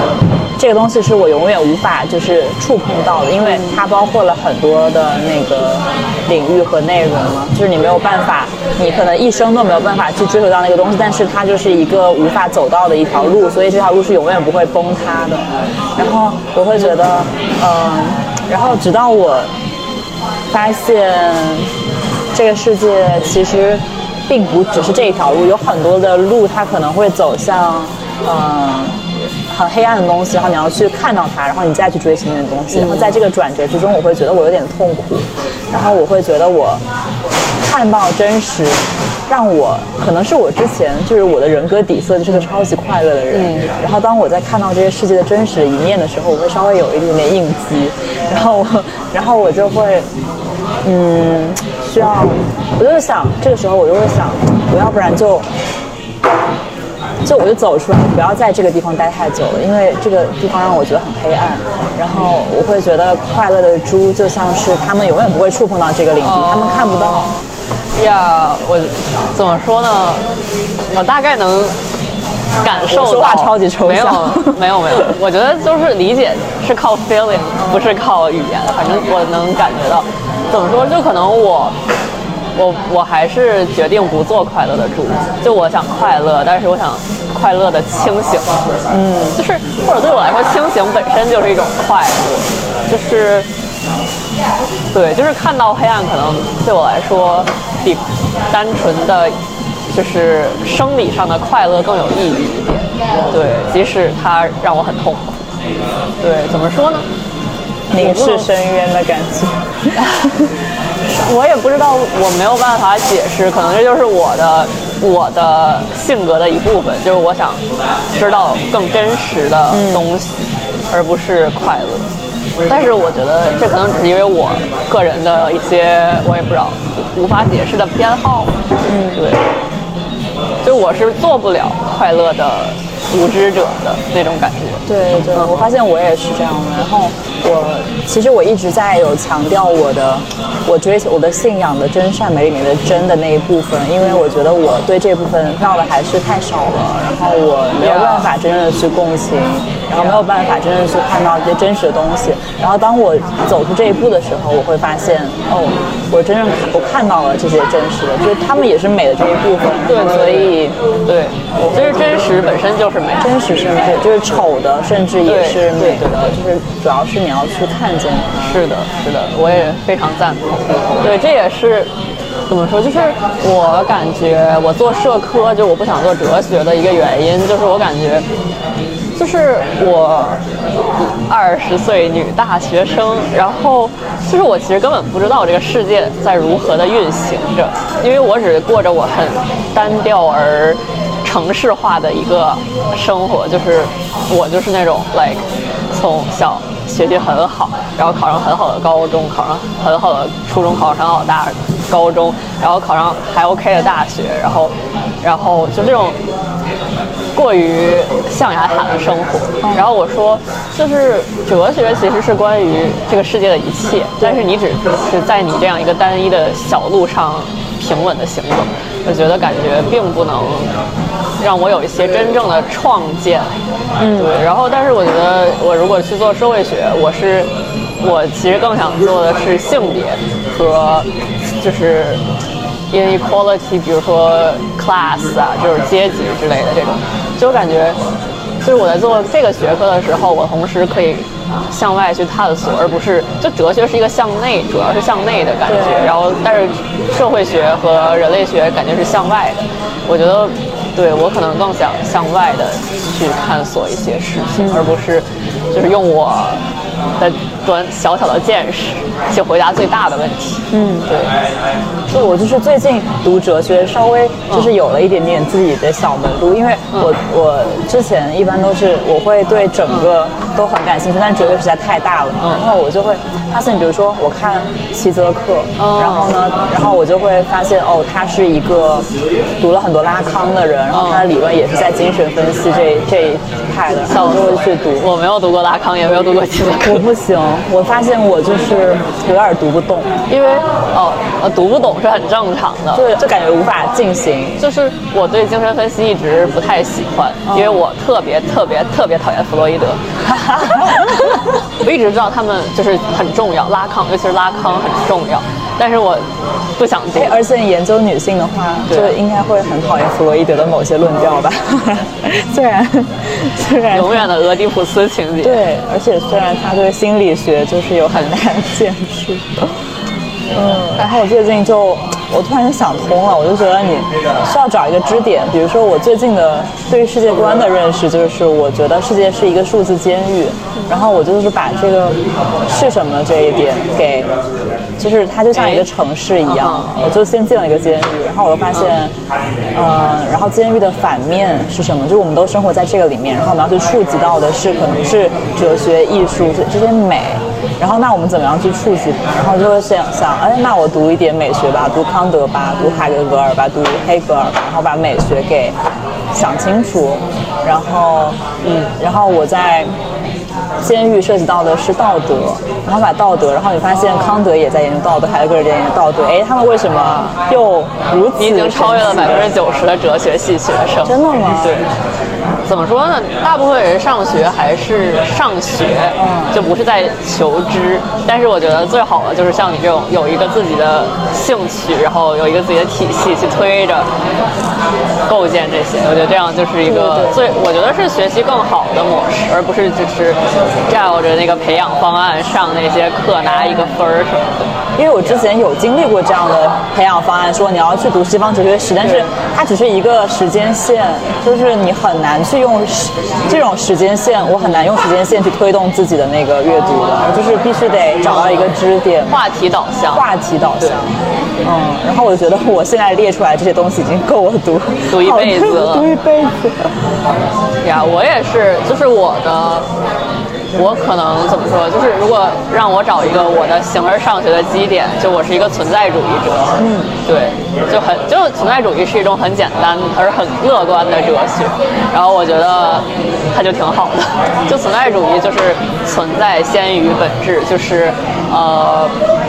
这个东西是我永远无法就是触碰到的，因为它包括了很多的那个领域和内容嘛，就是你没有办法，你可能一生都没有办法去追求到那个东西，但是它就是一个无法走到的一条路，所以这条路是永远不会崩塌的。然后我会觉得，嗯、呃，然后直到我发现这个世界其实并不只是这一条路，有很多的路它可能会走向，嗯、呃。很黑暗的东西，然后你要去看到它，然后你再去追寻那个东西。然后在这个转折之中，我会觉得我有点痛苦，然后我会觉得我看到真实，让我可能是我之前就是我的人格底色就是个超级快乐的人。嗯、然后当我在看到这些世界的真实的一面的时候，我会稍微有一点点应激，然后我，然后我就会，嗯，需要，我就想这个时候我就会想，我要不然就。就我就走出来，不要在这个地方待太久了，因为这个地方让我觉得很黑暗。然后我会觉得快乐的猪就像是他们永远不会触碰到这个领域，哦、他们看不到。 呀，我怎么说呢？我大概能感受到。 说话超级抽象。 没有，没有，没有。我觉得就是理解是靠 feeling， 不是靠语言。反正我能感觉到，怎么说？就可能我。我我还是决定不做快乐的猪，就我想快乐，但是我想快乐的清醒，嗯，就是或者对我来说，清醒本身就是一种快乐，就是对，就是看到黑暗可能对我来说比单纯的就是生理上的快乐更有意义一点，对，即使它让我很痛苦，对，怎么说呢？ 凝视深渊的感觉。 我也不知道，我没有办法解释，可能这就是我的我的性格的一部分，就是我想知道更真实的东西，嗯、而不是快乐。但是我觉得这可能只是因为我个人的一些我也不知道无法解释的偏好。嗯，对，就我是做不了快乐的无知者的那种感觉。 对对，我发现我也是这样的。然后我其实我一直在有强调我的我追求我的信仰的真善美里面的真的那一部分，因为我觉得我对这部分闹的还是太少了，然后我没有办法真正的去共情，然后没有办法真正去看到一些真实的东西。然后当我走出这一步的时候，我会发现哦，我真正我看到了这些真实的，就是他们也是美的这一部分。 对， 所以对，其实真实本身就是美， 真实是美，就是丑的甚至也是美的，就是主要是你要去看见它。 是的，是的，我也非常赞同。对，这也是怎么说，就是我感觉我做社科，就我不想做哲学的一个原因，就是我感觉。就是我二十岁女大学生，然后就是我其实根本不知道这个世界在如何的运行着，因为我只过着我很单调而城市化的一个生活，就是我就是那种 like 从小学习很好，然后考上很好的高中，考上很好的初中，考上很好的大高中，然后考上还 OK 的大学，然后然后就这种过于象牙塔的生活。然后我说，就是哲学其实是关于这个世界的一切，但是你只是在你这样一个单一的小路上平稳的行走，我觉得感觉并不能让我有一些真正的创建。嗯，对。然后，但是我觉得我如果去做社会学，我是我其实更想做的是性别和就是。inequality， 比如说 class 啊，就是阶级之类的这种，就感觉，就是我在做这个学科的时候，我同时可以向外去探索，而不是就哲学是一个向内，主要是向内的感觉，然后但是社会学和人类学感觉是向外的。我觉得，对我可能更想向外的去探索一些事情，而不是就是用我的短小小的见识去回答最大的问题。嗯，对。 对，我就是最近读哲学，稍微就是有了一点点自己的小门路，因为我我之前一般都是我会对整个都很感兴趣，但哲学实在太大了，然后我就会发现，比如说我看齐泽克，然后呢，然后我就会发现哦，他是一个读了很多拉康的人，然后他的理论也是在精神分析这这一派的，然后我就会去读。 我没有读过拉康，也没有读过齐泽克。 我不行，我发现我就是有点读不动， 因为哦呃读不懂是很正常的， 对，就感觉无法进行。 就是我对精神分析一直不太喜欢， 嗯、 因为我特别特别特别讨厌弗洛伊德。我一直知道他们就是很重要，拉康尤其是拉康很重要，但是我不想读。 而且你研究女性的话，就应该会很讨厌弗洛伊德的某些论调吧？虽然虽然永远的俄狄浦斯情节。 对，而且虽然他对心理学就是有很大的建树。嗯，然后我最近就我突然想通了，我就觉得你需要找一个支点，比如说我最近的对于世界观的认识就是，我觉得世界是一个数字监狱，然后我就是把这个是什么这一点给，就是它就像一个城市一样，我就先进了一个监狱，然后我又发现，呃，然后监狱的反面是什么？就是我们都生活在这个里面，然后我们要去触及到的是可能是哲学、艺术这些美。然后那我们怎么样去触及？然后就会想想，哎，那我读一点美学吧，读康德吧，读海格尔吧，读黑格尔吧，然后把美学给想清楚。然后，嗯，然后我在监狱涉及到的是道德，然后把道德，然后你发现康德也在研究道德，海格尔也在研究道德，哎，他们为什么又如此？ 你已经超越了百分之九十的哲学系学生。 真的吗？ 对。怎么说呢？大部分人上学还是上学，就不是在求知。但是我觉得最好的就是像你这种有一个自己的兴趣，然后有一个自己的体系去推着构建这些。我觉得这样就是一个最，我觉得是学习更好的模式，而不是只是照着那个培养方案上那些课拿一个分儿什么的。 因为我之前有经历过这样的培养方案，说你要去读西方哲学史，但是它只是一个时间线，就是你很难去用这种时间线，我很难用时间线去推动自己的那个阅读的，就是必须得找到一个支点， 话题导向， 话题导向。嗯，然后我觉得我现在列出来这些东西已经够我读读一辈子了， 读一辈子。 呀，我也是，就是我的。我可能怎么说，就是如果让我找一个我的形而上学的基点，就我是一个存在主义者。 嗯， 对，就很就存在主义是一种很简单而很乐观的哲学，然后我觉得它就挺好的。就存在主义就是存在先于本质，就是呃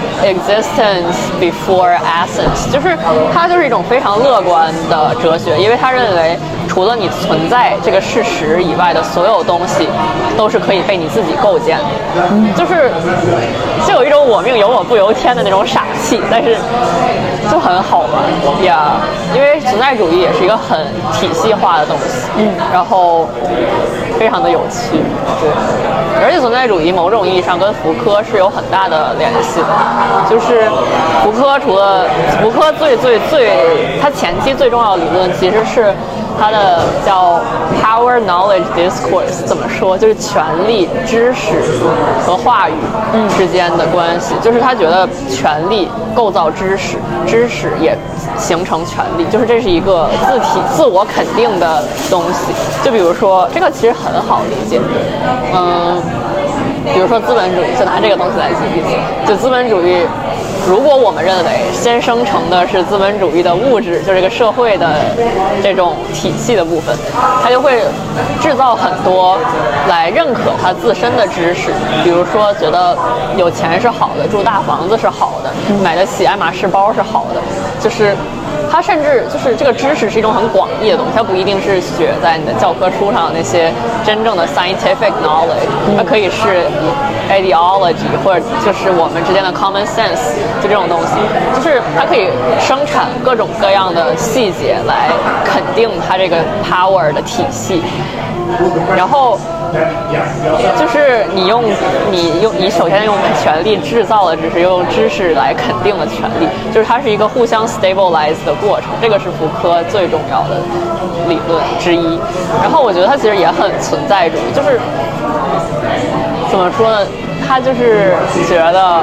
existence before essence， 就是它就是一种非常乐观的哲学，因为他认为除了你存在这个事实以外的所有东西都是可以被你自己构建的，嗯，就是就有一种我命由我不由天的那种傻气，但是就很好玩呀。因为存在主义也是一个很体系化的东西，嗯，然后非常的有趣，对。而且存在主义某种意义上跟福柯是有很大的联系的，就是福柯除了福柯最最最他前期最重要的理论其实是他的叫 power knowledge discourse， 怎么说，就是权力、知识和话语之间的关系，就是他觉得权力构造知识，知识也形成权力，就是这是一个自体自我肯定的东西。就比如说这个其实很好理解，嗯，比如说资本主义，就拿这个东西来举例子，就资本主义如果我们认为先生成的是资本主义的物质，就是这个社会的这种体系的部分，它就会制造很多来认可它自身的知识，比如说觉得有钱是好的，住大房子是好的，买得起爱马仕包是好的，就是它甚至就是这个知识是一种很广义的东西，它不一定是写在你的教科书上的那些真正的 scientific knowledge， 它可以是 ideology 或者就是我们之间的 common sense， 就这种东西，就是它可以生产各种各样的细节来肯定它这个 power 的体系，然后就是你用你用你首先用权力制造了知识，又用知识来肯定了权力，就是它是一个互相 stabilize 的过程，这个是福柯最重要的理论之一。然后我觉得它其实也很存在主义，就是怎么说呢，他就是觉得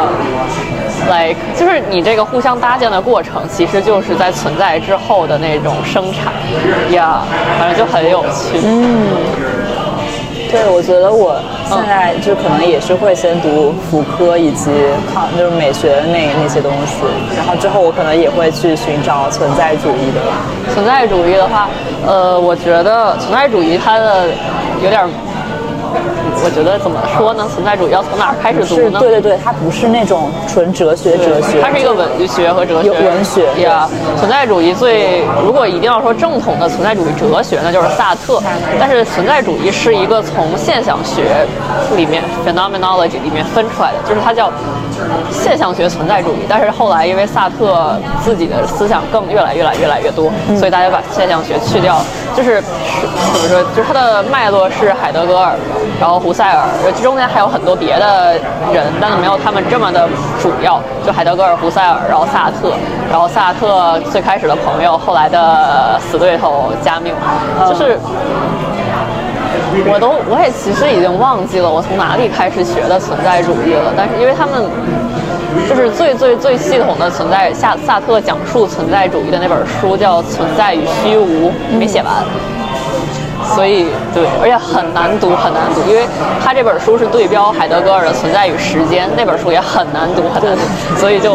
like 就是你这个互相搭建的过程其实就是在存在之后的那种生产呀， yeah, 反正就很有趣。 嗯，对，我觉得我现在就可能也是会先读福柯以及康，就是美学的那那些东西，然后之后我可能也会去寻找存在主义的。 存在主义的话，呃，我觉得存在主义它的有点我觉得怎么说呢？存在主义要从哪儿开始读呢？ 对对对，它不是那种纯哲学哲学， 它是一个文学和哲学。 文学呀， yeah, 存在主义最如果一定要说正统的存在主义哲学，那就是萨特。但是存在主义是一个从现象学里面 phenomenology 里面分出来的，就是它叫现象学存在主义。但是后来因为萨特自己的思想更越来越来越来越多，嗯、所以大家把现象学去掉，就是怎么说？就是它的脉络是海德格尔，然后胡塞尔，这中间还有很多别的人，但是没有他们这么的主要。就海德格尔、胡塞尔，然后萨特，然后萨特最开始的朋友，后来的死对头加缪，就是我都我也其实已经忘记了我从哪里开始学的存在主义了，但是因为他们就是最最最系统的存在，萨萨特讲述存在主义的那本书叫《存在与虚无》，没写完。所以对，而且很难读，很难读，因为他这本书是对标海德格尔的《存在与时间》，那本书也很难读，很难读，所以就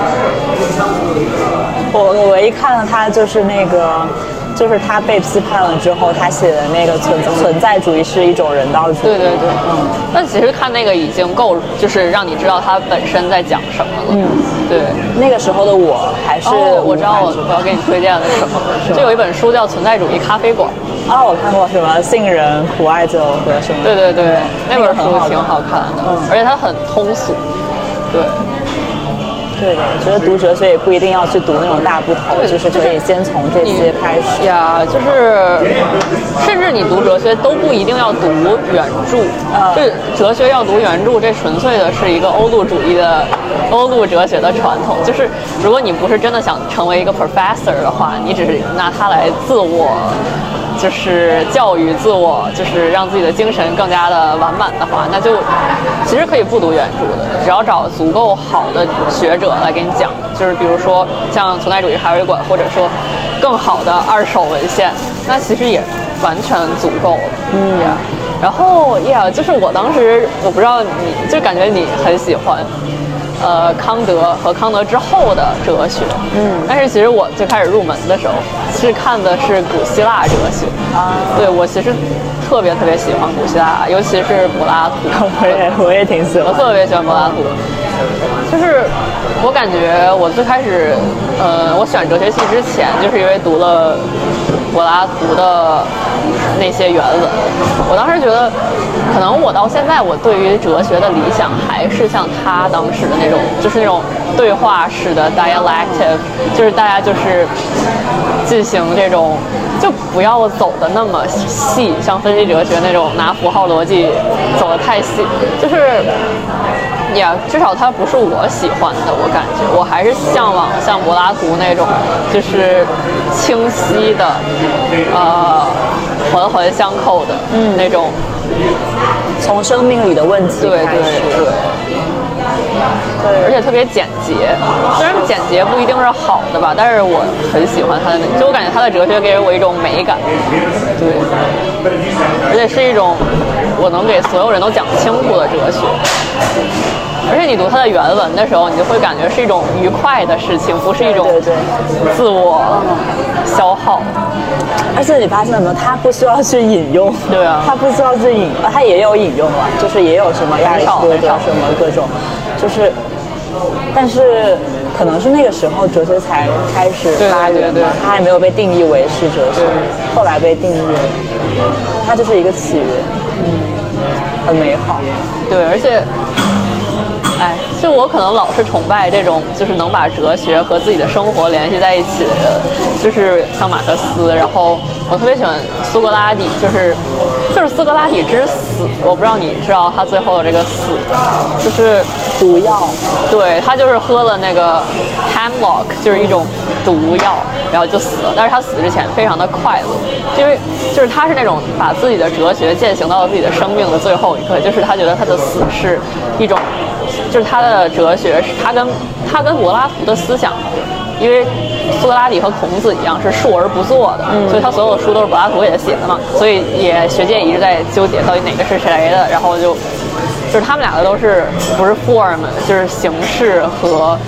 我我唯一看了他就是那个。就是他被批判了之后，他写的那个存存在主义是一种人道主义。 对对对，嗯。但其实看那个已经够，就是让你知道他本身在讲什么了。嗯，对。 那个时候的我还是、 哦、我知道我我要给你推荐的是什么，就有一本书叫《存在主义咖啡馆》。 啊、哦，我看过什么杏仁苦艾酒和什么。 对对对，那本书挺好看的，嗯、而且它很通俗。对。 对的，我觉得读哲学也不一定要去读那种大部头，就是可以先从这些开始呀。就是甚至你读哲学都不一定要读原著，嗯、就是哲学要读原著，这纯粹的是一个欧陆主义的欧陆哲学的传统。就是如果你不是真的想成为一个 professor 的话，你只是拿它来自我。就是教育自我，就是让自己的精神更加的完满的话，那就其实可以不读原著的，只要找足够好的学者来给你讲，就是比如说像存在主义咖啡馆，或者说更好的二手文献，那其实也完全足够了。嗯呀，然后呀，就是我当时我不知道你，就感觉你很喜欢。呃，康德和康德之后的哲学，嗯，但是其实我最开始入门的时候是看的是古希腊哲学啊，对我其实特别特别喜欢古希腊，尤其是柏拉图， 我也我也挺喜欢， 我特别喜欢柏拉图，就是我感觉我最开始，呃，我选哲学系之前，就是因为读了柏拉图的那些原文，我当时觉得，可能我到现在我对于哲学的理想还是像他当时的那种，就是那种对话式的 dialectic， 就是大家就是进行这种，就不要走的那么细，像分析哲学那种拿符号逻辑走的太细，就是呀，至少它不是我喜欢的，我感觉我还是向往像柏拉图那种，就是清晰的，呃，环环相扣的，嗯，那种从生命里的问题对对对。对，而且特别简洁。虽然简洁不一定是好的吧，但是我很喜欢他的，就我感觉他的哲学给人我一种美感。对，而且是一种我能给所有人都讲清楚的哲学。而且你读他的原文的时候，你就会感觉是一种愉快的事情，不是一种自我消耗。 而且你发现了没有，他不需要去引用， 对啊， 他不需要去引，他也有引用了，就是也有什么亚里士多德什么各种，就是，但是可能是那个时候哲学才开始发源嘛，他还没有被定义为是哲学，后来被定义为，它就是一个起源，嗯，很美好， 对，而且。哎，就我可能老是崇拜这种，就是能把哲学和自己的生活联系在一起的人，就是像马克思。然后我特别喜欢苏格拉底，就是就是苏格拉底之死，我不知道你知道他最后的这个死，就是毒药。 对，他就是喝了那个 hemlock， 就是一种毒药，然后就死了。但是他死之前非常的快乐，因为就是他是那种把自己的哲学践行到了自己的生命的最后一刻，就是他觉得他的死是一种。就是他的哲学是他跟他跟柏拉图的思想，因为苏格拉底和孔子一样是述而不作的，嗯、所以他所有的书都是柏拉图给他写的嘛，所以也学界一直在纠结到底哪个是谁的，然后就就是他们俩的都是不是 form， 就是形式和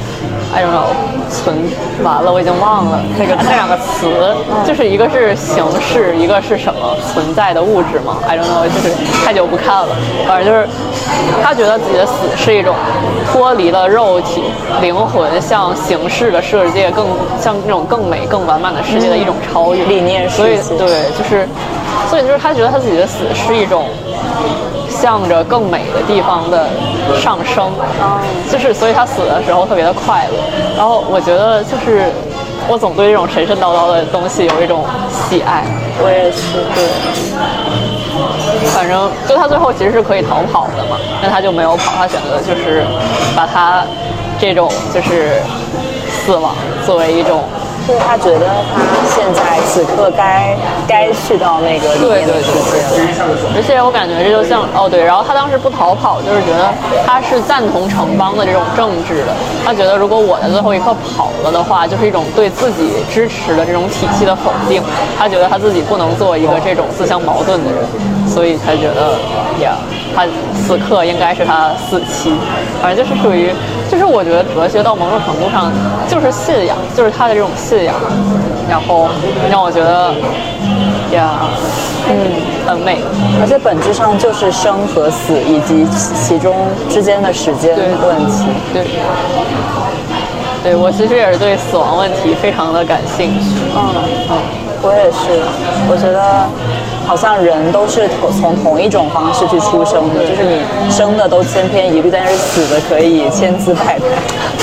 I don't know， 存完了，我已经忘了那个那两个词，就是一个是形式，一个是什么存在的物质嘛 ？I don't know， 就是太久不看了，反正就是他觉得自己的死是一种脱离了肉体，灵魂向形式的世界更向那种更美、更完满的世界的一种超越、 嗯、理念世界。 所以对，就是所以就是他觉得他自己的死是一种向着更美的地方的上升，就是所以他死的时候特别的快乐。然后我觉得就是我总对这种神神叨叨的东西有一种喜爱。 我也是，对。 反正就他最后其实是可以逃跑的嘛，但他就没有跑，他选择就是把他这种就是死亡作为一种。 就是他觉得他现在此刻该该去到那个里面的世界了， 而且我感觉这就像哦对，然后他当时不逃跑，就是觉得他是赞同城邦的这种政治的，他觉得如果我在最后一刻跑了的话，就是一种对自己支持的这种体系的否定，他觉得他自己不能做一个这种自相矛盾的人，所以才觉得呀，他此刻应该是他死期，反正就是属于，就是我觉得哲学到某种程度上就是信仰，就是他的这种信仰，然后让我觉得呀，嗯，很美， 而且本质上就是生和死以及其中之间的时间问题。 对，对，对我其实也是对死亡问题非常的感兴趣。 嗯嗯，我也是，我觉得好像人都是从同一种方式去出生的，就是你生的都千篇一律，但是死的可以千姿百态。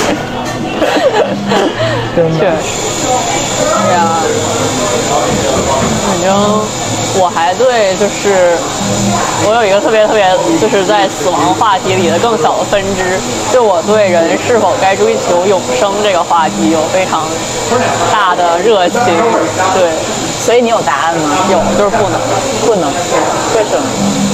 真的，对呀，反正我还对就是我有一个特别特别就是在死亡话题里的更小的分支，就我对人是否该追求永生这个话题有非常大的热情。对， 所以你有答案吗？ 有，就是不能， 不能，为什么？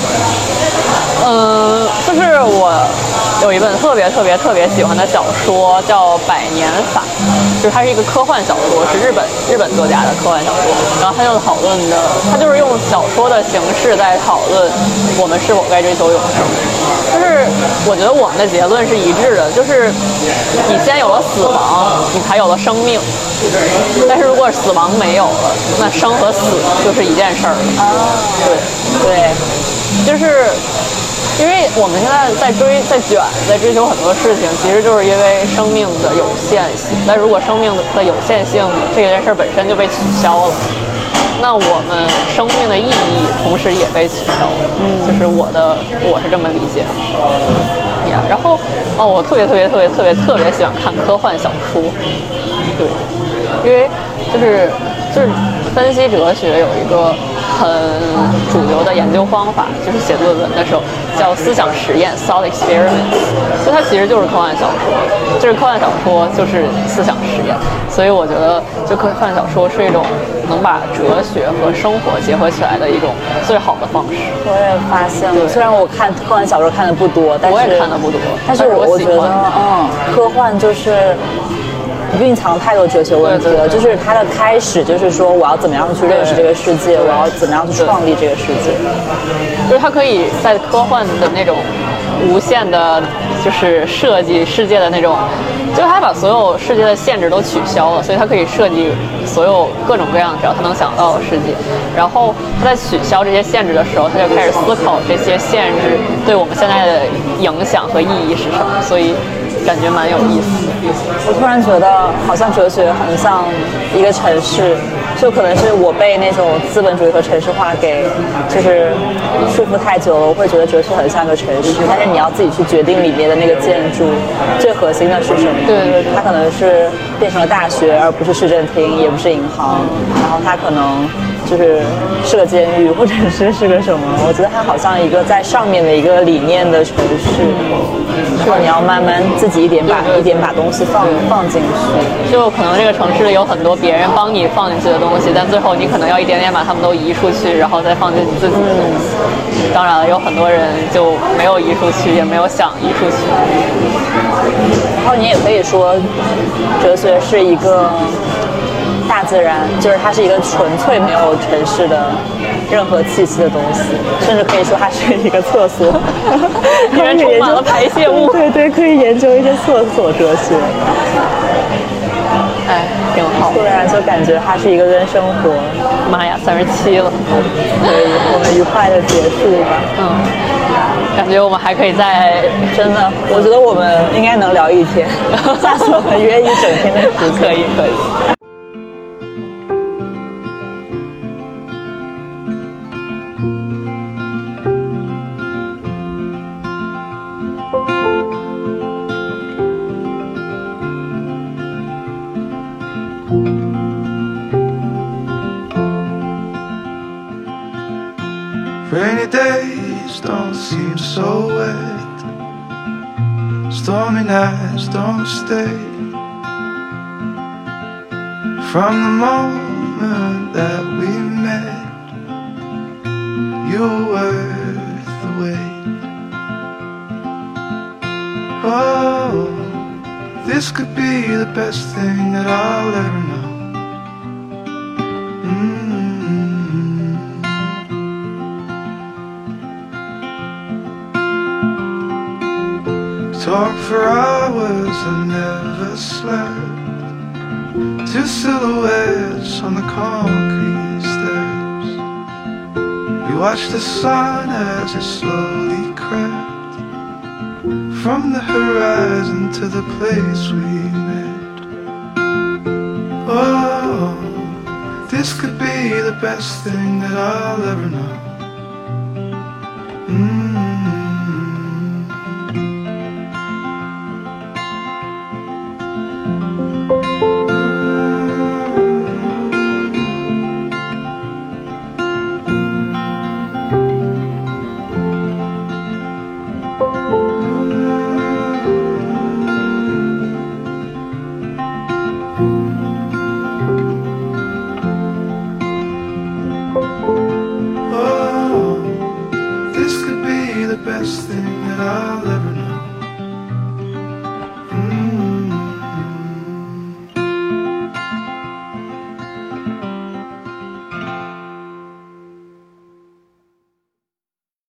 嗯，就是我有一本特别特别特别喜欢的小说，叫《百年法》，就是它是一个科幻小说，是日本日本作家的科幻小说。然后他就讨论的，他就是用小说的形式在讨论我们是否该追求永生。就是我觉得我们的结论是一致的，就是你先有了死亡，你才有了生命。但是如果死亡没有了，那生和死就是一件事儿了。 啊，对对， 就是。因为我们现在在追、在卷、在追求很多事情，其实就是因为生命的有限性。但如果生命的有限性这件事本身就被取消了，那我们生命的意义同时也被取消了。嗯，就是我的，我是这么理解的。呀，然后哦，我特别特别特别特别特别喜欢看科幻小说，对，因为就是就是分析哲学有一个很主流的研究方法，就是写论文的时候叫思想实验 （thought experiments），所以它其实就是科幻小说，就是科幻小说就是思想实验，所以我觉得就科幻小说是一种能把哲学和生活结合起来的一种最好的方式。 我也发现了，虽然我看科幻小说看的不多，但是我也看的不多， 但是我觉得，嗯，科幻就是蕴藏太多哲学问题了。就是它的开始就是说我要怎么样去认识这个世界，我要怎么样去创立这个世界。 就是它可以在科幻的那种无限的，就是设计世界的那种，就是它把所有世界的限制都取消了，所以它可以设计所有各种各样只要它能想到的世界。然后它在取消这些限制的时候，它就开始思考这些限制对我们现在的影响和意义是什么，所以感觉蛮有意思的。 我突然觉得好像哲学很像一个城市，就可能是我被那种资本主义和城市化给就是束缚太久了，我会觉得哲学很像个城市，但是你要自己去决定里面的那个建筑最核心的是什么。 对对对， 它可能是变成了大学，而不是市政厅，也不是银行，然后它可能就是是个监狱，或者是是个什么。我觉得它好像一个在上面的一个理念的城市，然后你要慢慢自己一点把一点把东西放放进去。 就可能这个城市里有很多别人帮你放进去的东西，但最后你可能要一点点把它们都移出去，然后再放进你自己的东西。当然了，有很多人就没有移出去，也没有想移出去。 然后你也可以说，哲学是一个大自然，就是它是一个纯粹没有城市的任何气息的东西，甚至可以说它是一个厕所， 里面充满了排泄物。 对对，可以研究一些厕所哲学。 哎，挺好。 突然就感觉它是一个跟生活。 妈呀，三十七了， 可以，我们愉快的结束吧。 嗯，感觉我们还可以再真的，我觉得我们应该能聊一天。下次我们约一整天的时间。 可以可以。 Rainy days don't seem so wet. Stormy nights don't stay. From the moment that we met, you were worth the wait. Oh, this could be the best thing that I'll ever know. Talk for hours and never slept. Two silhouettes on the concrete steps. We watched the sun as it slowly crept from the horizon to the place we met. Oh, this could be the best thing that I'll ever know. Mm. Best thing that I'll